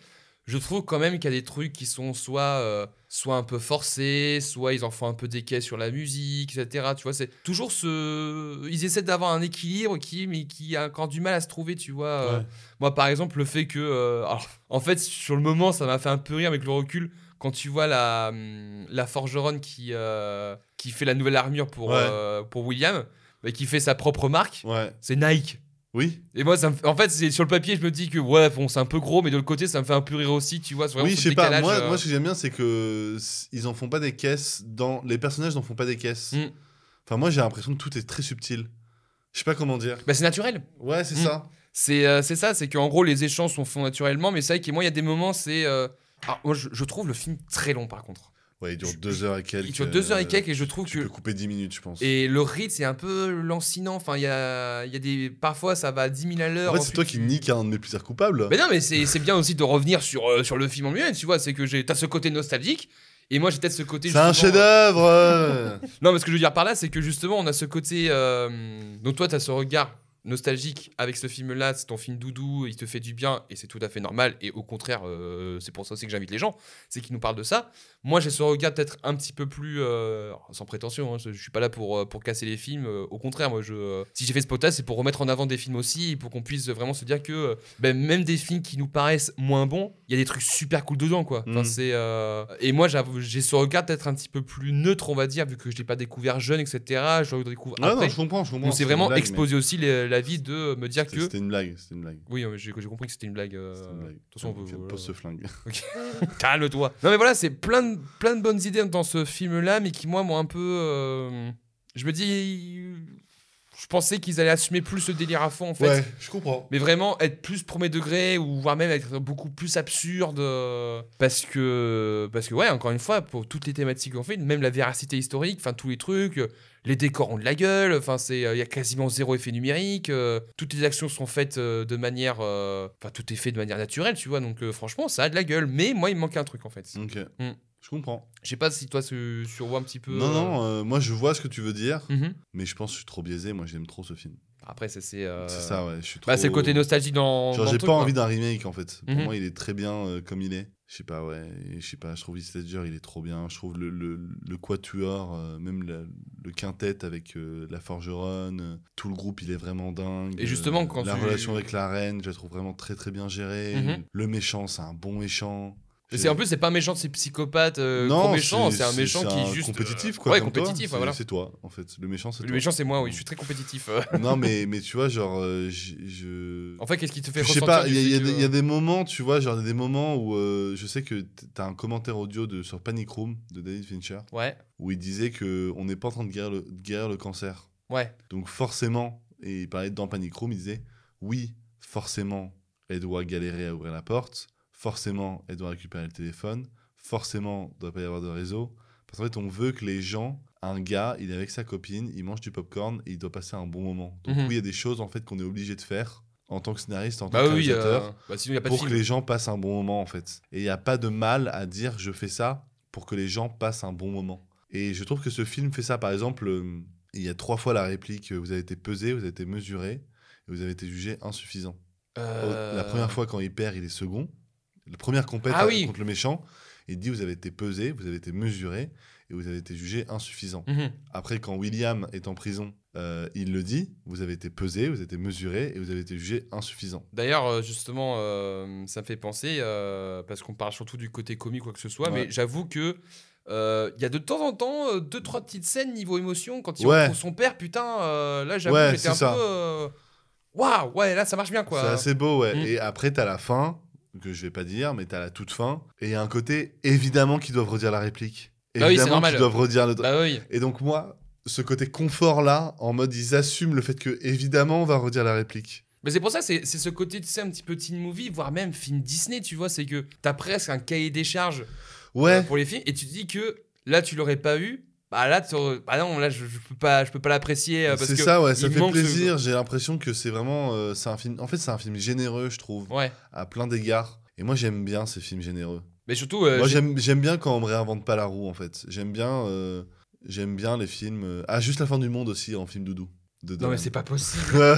je trouve quand même qu'il y a des trucs qui sont soit, euh, soit un peu forcés, soit ils en font un peu des caisses sur la musique, et cetera. Tu vois, c'est toujours ce. Ils essaient d'avoir un équilibre qui, mais qui a encore du mal à se trouver, tu vois. Euh, Ouais. moi, par exemple, le fait que. euh, alors, en fait, sur le moment, ça m'a fait un peu rire avec le recul. Quand tu vois la, hum, la forgeronne qui, euh, qui fait la nouvelle armure pour, Ouais. euh, pour William, bah, qui fait sa propre marque, Ouais. c'est Nike. Oui. Et moi, ça me fait- en fait, c'est sur le papier, je me dis que ouais, bon, c'est un peu gros, mais de l'autre côté, ça me fait un peu rire aussi, tu vois. C'est vraiment Oui, ce je sais pas. décalage, Moi, euh, moi, ce que j'aime bien, c'est que s- ils en font pas des caisses dans. Les personnages n'en font pas des caisses. Mm. Enfin, moi, j'ai l'impression que tout est très subtil. Je sais pas comment dire. Bah, c'est naturel. Ouais, c'est Mm. ça. C'est euh, c'est ça, c'est qu'en gros, les échanges sont faits naturellement, mais c'est vrai que moi, il y a des moments, c'est. euh, Alors, moi, je, je trouve le film très long, par contre. Ouais, il dure Je- deux heures et quelques. Il dure deux heures et euh, quelques, et je trouve Tu que. peux couper dix minutes, je pense. Et le rythme, c'est un peu lancinant. Enfin, il y a, il y a des. Parfois, ça va à dix mille à l'heure. En fait, c'est ensuite, toi qui tu- nique un de mes plaisirs coupables. Mais non, mais c'est c'est bien aussi de revenir sur, euh, sur le film en lui-même, tu vois. C'est que j'ai- t'as ce côté nostalgique, et moi, j'ai peut-être ce côté. C'est un justement, chef-d'œuvre. euh. Non, mais ce que je veux dire par là, c'est que justement, on a ce côté. euh, Donc, toi, tu as ce regard nostalgique avec ce film-là. C'est ton film doudou, il te fait du bien, et c'est tout à fait normal. Et au contraire, euh, c'est pour ça aussi que j'invite les gens, c'est qu'ils nous parlent de ça. Moi, j'ai ce regard peut-être un petit peu plus. euh, Sans prétention, hein, je je suis pas là pour, euh, pour casser les films. euh, Au contraire, moi, je, euh, si j'ai fait ce podcast, c'est pour remettre en avant des films aussi, et pour qu'on puisse vraiment se dire que euh, ben, même des films qui nous paraissent moins bons, il y a des trucs super cool dedans, quoi. Enfin, Mm. c'est, euh, Et moi, j'avoue, j'ai ce regard peut-être un petit peu plus neutre, on va dire, vu que je l'ai pas découvert jeune, et cetera. Je le découvre Ouais, après. non, je comprends, je comprends. Donc c'est C'était vraiment une blague, exposer aussi les- la vie de me dire mais que. C'était une blague, c'était une blague. Oui, euh, j'ai j'ai compris que c'était une blague. euh, C'était une blague. De toute façon, on peut- Donc, voilà. pose ce flingue. Calme-toi. Non mais voilà, c'est plein de, plein de bonnes idées dans ce film-là, mais qui moi m'ont un peu. euh, Je me dis, je pensais qu'ils allaient assumer plus ce délire à fond en fait. Ouais, je comprends. Mais vraiment être plus premier degré ou voire même être beaucoup plus absurde euh, parce que parce que ouais, encore une fois, pour toutes les thématiques qu'on fait, même la véracité historique, enfin tous les trucs, euh, les décors ont de la gueule, enfin c'est il y a quasiment zéro effet numérique, euh, toutes les actions sont faites euh, de manière euh, enfin tout est fait de manière naturelle, tu vois. Donc euh, franchement, ça a de la gueule, mais moi il me manquait un truc en fait. Ok. Mm. Je comprends. Je sais pas si toi tu survois un petit peu Non, euh, non, euh, moi je vois ce que tu veux dire, mhm. mais je pense que je suis trop biaisé. Moi j'aime trop ce film. Après ça c'est euh, C'est ça, ouais. Je suis trop. bah, c'est le côté nostalgique dans, Genre, dans j'ai le pas truc, envie quoi. d'un remake en fait. Pour Mhm. moi, il est très bien euh, comme il est. Je sais pas, ouais. Je sais pas, je trouve Heath Ledger, il est trop bien. Je trouve le, le, le quatuor, euh, même la- le quintet avec euh, la forgeronne, euh, tout le groupe, il est vraiment dingue. Et justement, Euh, quand la tu- relation avec la reine, je la trouve vraiment très très bien gérée. Mhm. Le méchant, c'est un bon méchant. Et J'ai- c'est en plus c'est pas un méchant, c'est psychopathe, euh, non, gros méchant, c'est un méchant c'est qui un est juste compétitif euh, quoi. ouais, comme toi. compétitif, C'est- ouais, voilà. C'est toi en fait. Le méchant, c'est Le toi. méchant c'est moi, oui, je suis très compétitif. euh. Non, mais, mais tu vois, genre, euh, j- je. En fait, qu'est-ce qui te fait Je sais ressentir pas, du il y, a- il y a fait des- que- il y a des moments, tu vois, genre des moments où euh, je sais que t- t'as un commentaire audio de, sur Panic Room de David Fincher Ouais, où il disait que on n'est pas en train de guérir le, de guérir le cancer. ouais. Donc forcément, et il parlait dans Panic Room, il disait oui, forcément, elle doit galérer à ouvrir la porte, forcément, elle doit récupérer le téléphone, forcément, il doit pas y avoir de réseau. Parce qu'en fait, on veut que les gens, un gars, il est avec sa copine, il mange du popcorn et il doit passer un bon moment. Donc Mhm. oui, il y a des choses en fait qu'on est obligé de faire en tant que scénariste, en tant Bah que oui, réalisateur, euh, bah sinon il y a pas de pour que film. les gens passent un bon moment en fait. Et il n'y a pas de mal à dire je fais ça pour que les gens passent un bon moment. Et je trouve que ce film fait ça. Par exemple, euh, il y a trois fois la réplique euh, vous avez été pesé, vous avez été mesuré et vous avez été jugé insuffisant. Euh, La première fois quand il perd, il est second. La première compète Ah euh, oui. contre le méchant, il dit vous avez été pesé, vous avez été mesuré et vous avez été jugé insuffisant. mhm. Après, quand William est en prison, euh, il le dit vous avez été pesé, vous avez été mesuré et vous avez été jugé insuffisant. D'ailleurs, euh, justement, euh, ça me fait penser, euh, parce qu'on parle surtout du côté comique, quoi que ce soit, Ouais. mais j'avoue que euh, il y a de temps en temps euh, deux, trois petites scènes niveau émotion. Quand il Ouais. retrouve son père, putain, euh, là j'avoue, Ouais, j'étais c'est un ça. peu. euh, Waouh, ouais, là ça marche bien, quoi. C'est assez beau, ouais. Mm. Et après, t'as la fin, que je vais pas dire, mais t'as la toute fin. Et il y a un côté, évidemment, qu'ils doivent redire la réplique. Bah oui, c'est Évidemment normal. qu'ils doivent redire le. Bah oui. Et donc, moi, ce côté confort-là, en mode, ils assument le fait que, évidemment, on va redire la réplique. Mais c'est pour ça, c'est c'est ce côté, tu sais, un petit peu teen movie, voire même film Disney, tu vois, c'est que t'as presque un cahier des charges euh, Ouais. pour les films, et tu te dis que là, tu l'aurais pas eu, bah là, t'aurais- bah non, là, je, je peux pas, je peux pas l'apprécier. euh, parce C'est que ça, ouais, ça il fait manque ce- plaisir. J'ai l'impression que c'est vraiment. euh, c'est un film. En fait, c'est un film généreux, je trouve, Ouais. à plein d'égards. Et moi, j'aime bien ces films généreux. Mais surtout, euh, Moi, j'ai- j'aime j'aime bien quand on me réinvente pas la roue, en fait. J'aime bien, euh, j'aime bien les films. euh, Ah, juste la fin du monde aussi, en film doudou. De non, Dolan. mais c'est pas possible. Ouais.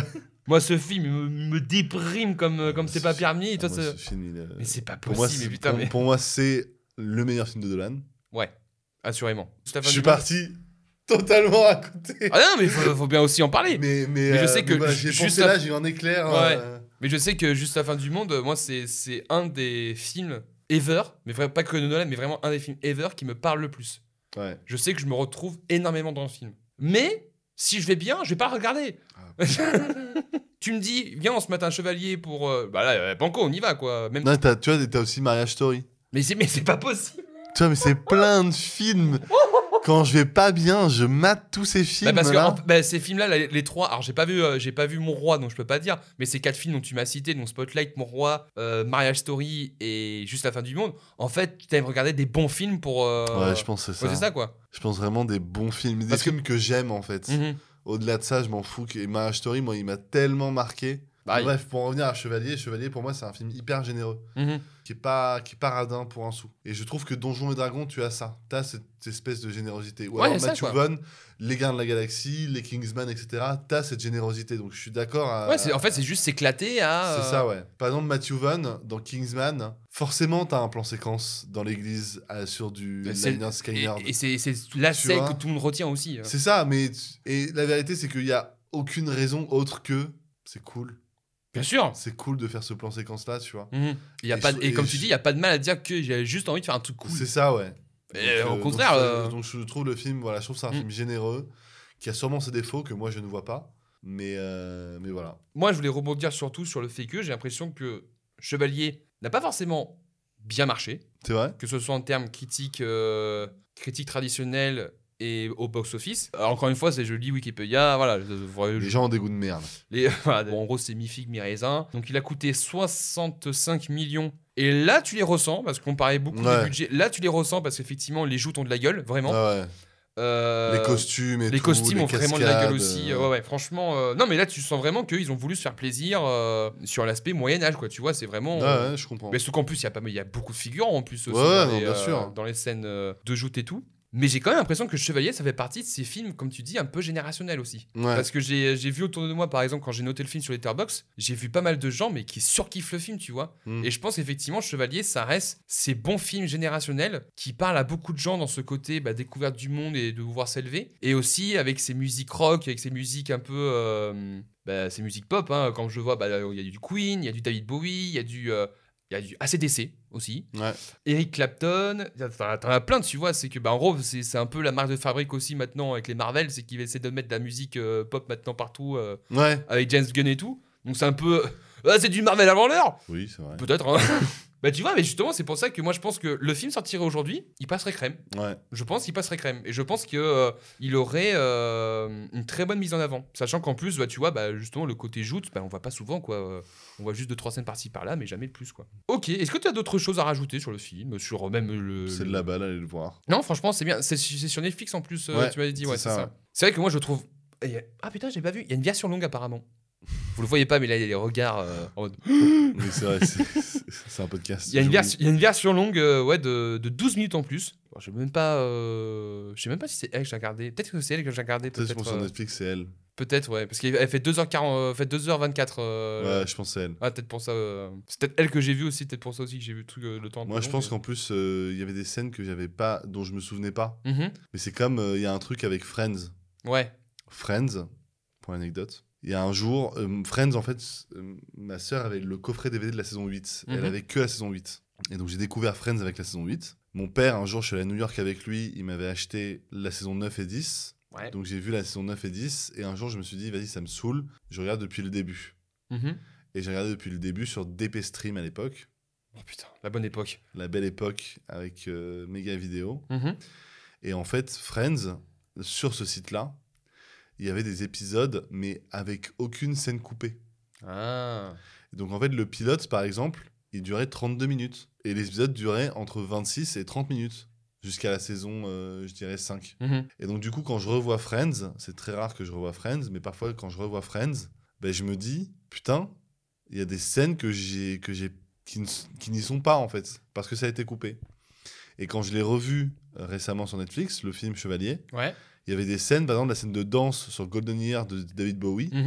Moi, ce film il me, me déprime comme comme c'est pas permis. Et toi, ah, moi, c'est... ce film, il est- Mais c'est pas pour moi, possible. c'est- mais putain, pour, mais pour moi, c'est le meilleur film de Dolan. ouais, assurément. Je suis parti totalement à côté. Ah non, mais faut, faut bien aussi en parler. Mais, mais, Mais je euh, sais mais que voilà, ju- j'ai juste pensé la- là, j'ai eu un éclair. Ouais. euh, Mais je sais que Juste la fin du monde, moi, c'est, c'est un des films ever, mais vraiment pas que de Nolan, mais vraiment un des films ever qui me parle le plus. Ouais. Je sais que je me retrouve énormément dans le film. Mais si je vais bien, je vais pas le regarder. Ah. Tu me dis, viens, on se met un chevalier pour. euh, Bah là, euh, banco, on y va quoi. Même... Non, t'as- tu vois, t'as aussi Marriage Story. Mais, c'est, mais c'est pas possible. Tu vois, mais c'est plein de films. Quand je vais pas bien, je mate tous ces films. Bah parce que là. en- bah, ces films-là, les, les trois, alors j'ai pas vu, euh, j'ai pas vu Mon Roi, donc je peux pas dire. Mais ces quatre films dont tu m'as cité, donc Spotlight, Mon Roi, euh, Marriage Story et Juste la fin du monde. En fait, tu t'aimes regarder des bons films pour. euh, Ouais, je pense que c'est ouais, ça. c'est ça quoi. Je pense vraiment des bons films. Des Parce que- films que, j'aime en fait. Mhm. Au-delà de ça, je m'en fous. Que... Marriage Story, moi, il m'a tellement marqué. Bah, Bref, pour en revenir à Chevalier, Chevalier, pour moi, c'est un film hyper généreux. mhm. Qui est pas, qui est pas radin pour un sou. Et je trouve que Donjons et Dragons, tu as ça. Tu as cette espèce de générosité. Ou Ouais, alors ça, Matthew quoi. Vaughn, Les Gardiens de la Galaxie, les Kingsman, et cetera. Tu as cette générosité. Donc je suis d'accord. À... Ouais, c'est, en fait, c'est juste s'éclater à. C'est euh, ça, ouais. Par exemple, Matthew Vaughn, dans Kingsman, forcément, t'as un plan séquence dans l'église euh, sur du c'est- Liner Et, Skyner. et c'est, c'est la Tu scène vois. que tout le monde retient aussi. euh. C'est ça, mais... Et la vérité, c'est qu'il y a aucune raison autre que... C'est cool. Bien sûr. C'est cool de faire ce plan séquence-là, tu vois. Mhm. Il y a Et pas, je- et et comme je- tu dis, il y a pas de mal à dire que j'ai juste envie de faire un truc cool. C'est ça, ouais. Et Donc, au euh, contraire, Donc, euh, je- donc, je trouve le film, voilà, je trouve que c'est un Mm. film généreux, qui a sûrement ses défauts que moi je ne vois pas. Mais, euh, mais voilà. Moi, je voulais rebondir surtout sur le fait que j'ai l'impression que Chevalier n'a pas forcément bien marché, C'est vrai? que ce soit en termes critiques, euh, critiques traditionnelles et au box-office. Alors, encore une fois, c'est je lis Wikipédia, voilà. je- je- Les gens ont des goûts de merde. les- voilà, bon, en gros, c'est mi-figue, mi-raisin. Donc, il a coûté soixante-cinq millions. Et là, tu les ressens, parce qu'on parlait beaucoup Ouais. des budgets. Là, tu les ressens, parce qu'effectivement, les joues ont de la gueule, vraiment. Ah ouais. Euh, Les costumes et les tout, costumes les ont vraiment de la gueule cascades, aussi. euh, Ouais, ouais, franchement. euh, Non, mais là, tu sens vraiment qu'ils ont voulu se faire plaisir euh, sur l'aspect Moyen-Âge, quoi. Tu vois, c'est vraiment. Ouais, euh, ouais, je comprends. Mais sauf qu'en plus, il y, a pas... il y a beaucoup de figurants en plus aussi Ouais, dans, non, les, bien euh, sûr. dans les scènes euh, de joutes et tout. Mais j'ai quand même l'impression que Chevalier, ça fait partie de ces films, comme tu dis, un peu générationnels aussi. Ouais. Parce que j'ai j'ai vu autour de moi, par exemple, quand j'ai noté le film sur Letterboxd, j'ai vu pas mal de gens, mais qui surkiffent le film, tu vois. Mm. Et je pense qu'effectivement, Chevalier, ça reste ces bons films générationnels qui parlent à beaucoup de gens dans ce côté bah, découverte du monde et de pouvoir s'élever. Et aussi avec ces musiques rock, avec ces musiques un peu. Euh, bah, ces musiques pop, hein. Quand je vois, bah, il y a du Queen, il y a du David Bowie, il y a du. euh, il y a du A C D C aussi. Ouais. Eric Eric Clapton, t'en as- t'en as plein, tu vois. C'est que, bah, en gros, c'est c'est un peu la marque de fabrique aussi maintenant avec les Marvel, c'est qu'ils essaient de mettre de la musique euh, pop maintenant partout euh, Ouais. avec James Gunn et tout. Donc c'est un peu. Ah, c'est du Marvel avant l'heure Oui, c'est vrai. Peut-être, hein. Bah, tu vois, mais justement, c'est pour ça que moi je pense que le film sortirait aujourd'hui, il passerait crème. Ouais. Je pense qu'il passerait crème. Et je pense qu'il euh, il aurait euh, une très bonne mise en avant. Sachant qu'en plus, bah, tu vois, bah, justement, le côté joute, bah, on voit pas souvent, quoi. Euh, On voit juste deux trois scènes par-ci par-là, mais jamais de plus, quoi. Ok, est-ce que tu as d'autres choses à rajouter sur le film, sur même le. C'est de la balle, allez le voir. Non, franchement, c'est bien. C'est c'est sur Netflix en plus, euh, Ouais, tu m'avais dit, ouais, c'est c'est ça, ça. ouais. C'est vrai que moi je trouve. Et, euh, Ah putain, j'ai pas vu. Il y a une version longue apparemment. Vous le voyez pas, mais là il y a les regards euh, en mode. Oui, c'est vrai, c'est- c'est c'est un podcast. Il y, a une j'oublie. version- il y a une version longue euh, ouais, de, de douze minutes en plus. Alors, je sais même pas. euh, Je sais même pas si c'est elle que j'ai regardé. Peut-être que c'est elle que j'ai regardé. Peut-être Peut-être, que sur euh, Netflix, c'est elle. peut-être ouais. Parce qu'elle fait deux heures quarante, euh, fait deux heures vingt-quatre. euh, Ouais, je pense que c'est elle. Ah, peut-être pour ça. euh, C'est peut-être elle que j'ai vu aussi. Peut-être pour ça aussi que j'ai vu le truc euh, le temps. un peu Moi, je long, pense mais- qu'en plus, euh, il y avait des scènes que j'avais pas, dont je me souvenais pas. Mhm. Mais c'est comme, euh, il y a un truc avec Friends. Ouais. Friends, pour l'anecdote. Il y a un jour, euh, Friends, en fait, euh, ma sœur avait le coffret D V D de la saison huit. Mhm. Elle avait que la saison huit. Et donc, j'ai découvert Friends avec la saison huit. Mon père, un jour, je suis allé à New York avec lui, il m'avait acheté la saison neuf et dix. Ouais. Donc, j'ai vu la saison neuf et dix. Et un jour, je me suis dit, vas-y, ça me saoule. Je regarde depuis le début. Mhm. Et j'ai regardé depuis le début sur D P Stream à l'époque. Oh putain, la bonne époque. La belle époque avec euh, méga vidéo. Mhm. Et en fait, Friends, sur ce site-là, il y avait des épisodes, mais avec aucune scène coupée. Ah. Et donc en fait, le pilote, par exemple, il durait trente-deux minutes. Et les épisodes duraient entre vingt-six et trente minutes. Jusqu'à la saison, euh, je dirais, cinq. Mhm. Et donc du coup, quand je revois Friends, c'est très rare que je revoie Friends, mais parfois quand je revois Friends, ben, je me dis, putain, il y a des scènes que j'ai, que j'ai, qui, ne- qui n'y sont pas en fait, parce que ça a été coupé. Et quand je l'ai revu euh, récemment sur Netflix, le film Chevalier, Ouais. il y avait des scènes, par exemple la scène de danse sur Golden Year de David Bowie, Mhm.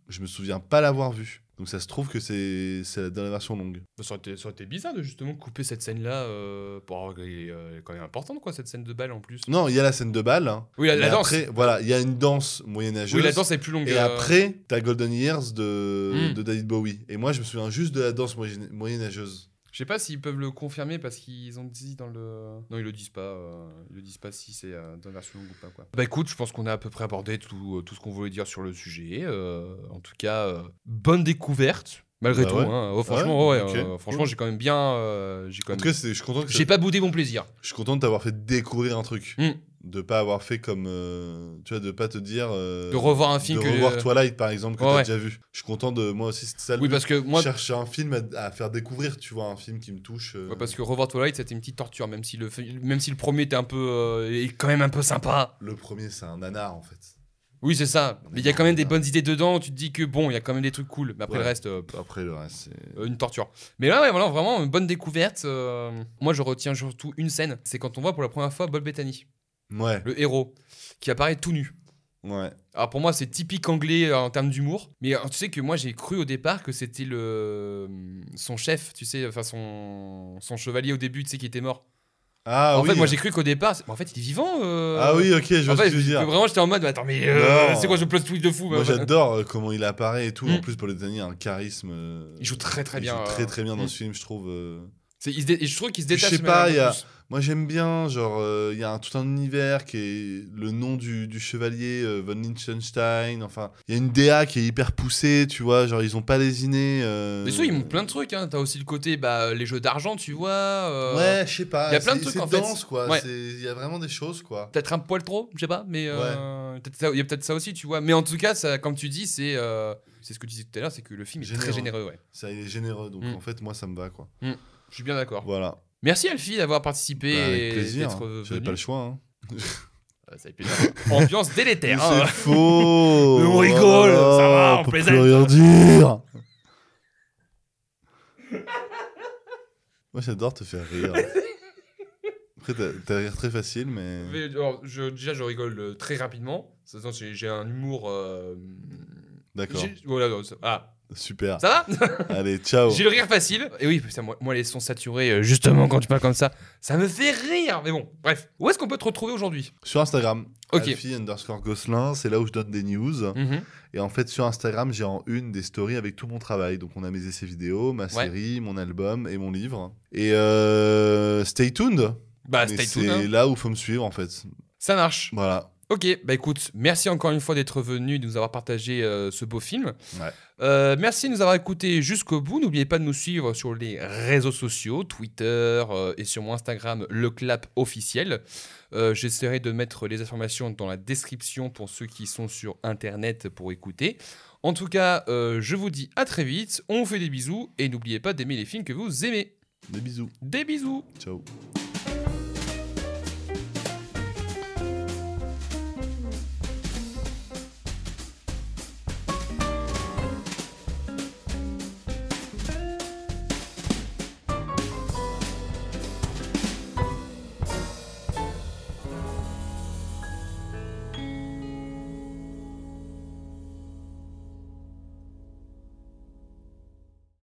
je me souviens pas l'avoir vu. Donc ça se trouve que c'est c'est dans la version longue. Ça aurait, été, ça aurait été bizarre de justement couper cette scène-là. Euh, pour, elle est euh, quand même importante, quoi, cette scène de balle en plus. Non, il y a la scène de balle. Hein, oui, la, la danse. Après, voilà, il y a une danse moyenâgeuse. Oui, la danse est plus longue. Et euh... après, t'as Golden Years de, Mm. de David Bowie. Et moi, je me souviens juste de la danse moyen- moyenâgeuse. Je sais pas s'ils peuvent le confirmer parce qu'ils ont dit dans le. Non, ils le disent pas. Euh, ils le disent pas si c'est euh, dans la version longue ou pas, quoi. Bah écoute, je pense qu'on a à peu près abordé tout, tout ce qu'on voulait dire sur le sujet. Euh, en tout cas, euh, bonne découverte. Malgré Bah tout, ouais. hein. Oh, franchement, Ouais, ouais, ok. euh, franchement, j'ai quand même bien. Euh, j'ai quand En même... tout cas, c'est- je suis content que J'ai ça- pas boudé mon plaisir. je suis content de t'avoir fait découvrir un truc. Mm. De pas avoir fait comme. euh, tu vois, de pas te dire. euh, De revoir un film de que- revoir Twilight, par exemple, que Ouais, t'as ouais. déjà vu. Je suis content de. Moi aussi, c'était ça. le Oui, but. parce que moi. Chercher un film à, à faire découvrir, tu vois, un film qui me touche. euh, Ouais, parce que revoir Twilight, c'était une petite torture, même si le, même si le premier était un peu. Euh, est quand même un peu sympa. Le premier, c'est un nanar, en fait. Oui, c'est ça. Mais il y a quand même des bonnes idées dedans où tu te dis que bon, il y a quand même des trucs cool. Mais après Ouais. le reste. Euh, Après, le reste, c'est. Euh, une torture. Mais là, ouais, voilà, vraiment une bonne découverte. Euh, moi, je retiens surtout une scène. C'est quand on voit pour la première fois Paul Bettany, Ouais, le héros, qui apparaît tout nu. ouais. Alors pour moi, c'est typique anglais euh, en termes d'humour. Mais euh, tu sais que moi, j'ai cru au départ que c'était le son chef, tu sais, enfin son son chevalier au début, tu sais, qui était mort. Ah en oui. fait, moi, j'ai cru qu'au départ, c'est- en fait, il est vivant. euh. Ah oui, ok, je vois En ce fait, que tu veux dire. vraiment, j'étais en mode, mais attends, mais euh, Non. c'est quoi ce plot twist de fou Moi, bah, j'adore euh, comment il apparaît et tout. En Mm. plus, Paul Bettany a un charisme. euh, Il joue très très il bien. joue euh, très très bien dans mm. ce film, je trouve. euh. C'est- il se dé- et je trouve qu'il se Je détache. sais même pas, un peu il y a- plus. Moi, j'aime bien, genre, euh, il y a un, tout un univers qui est le nom du, du chevalier euh, von Liechtenstein. Enfin, il y a une D A qui est hyper poussée, tu vois. Genre, ils ont pas lésiné. euh, Mais ça, ils montrent plein de trucs. Hein. T'as aussi le côté, bah, les jeux d'argent, tu vois. euh, Ouais, je sais pas. il y a plein de c'est- trucs, c'est en fait. dense, quoi. Ouais. C'est- Il y a vraiment des choses, quoi. Peut-être un poil trop, je sais pas. Mais euh, peut-être ça- il y a peut-être ça aussi, tu vois. Mais en tout cas, ça, comme tu dis, c'est euh, c'est ce que tu disais tout à l'heure, c'est que le film est Généreux. très généreux. Ouais. Ça, il est généreux. Donc, Mm. en fait, moi, ça me va, quoi. Je suis bien d'accord. Voilà. Merci Alfie d'avoir participé Bah, avec et plaisir. d'être hein. venu. J'avais pas le choix. Hein. Euh, ça fait plaisir. Ambiance délétère. Mais hein. c'est faux. Mais on rigole, Oh là ça va, là, on peut plaisante. plus rien dire. Moi, j'adore te faire rire. Après, t'as t'as rire très facile, mais. Mais, alors, je- déjà, je rigole euh, très rapidement. De toute façon, J'ai j'ai un humour. euh, D'accord. j'ai- Voilà, non, ça- ah, Super. ça va Allez, ciao. J'ai le rire facile. Et oui, ça, moi, moi, les sons saturés, euh, justement, quand tu parles comme ça, ça me fait rire. Mais bon, bref. Où est-ce qu'on peut te retrouver aujourd'hui? Sur Instagram, Ok. Alfie underscore Gosselin, c'est là où je donne des news. Mhm. Et en fait, sur Instagram, j'ai en une des stories avec tout mon travail. Donc, on a mes essais vidéo, ma série, mon album et mon livre. Et euh, stay tuned. Bah, Mais stay c'est tuned. hein. là où il faut me suivre, en fait. Ça marche. Voilà. Ok, bah écoute, merci encore une fois d'être venu, de nous avoir partagé euh, ce beau film. Ouais. Euh, merci de nous avoir écoutés jusqu'au bout. N'oubliez pas de nous suivre sur les réseaux sociaux, Twitter euh, et sur mon Instagram, le clap officiel. Euh, J'essaierai de mettre les informations dans la description pour ceux qui sont sur Internet pour écouter. En tout cas, euh, je vous dis à très vite, on vous fait des bisous et n'oubliez pas d'aimer les films que vous aimez. Des bisous. Des bisous. Ciao.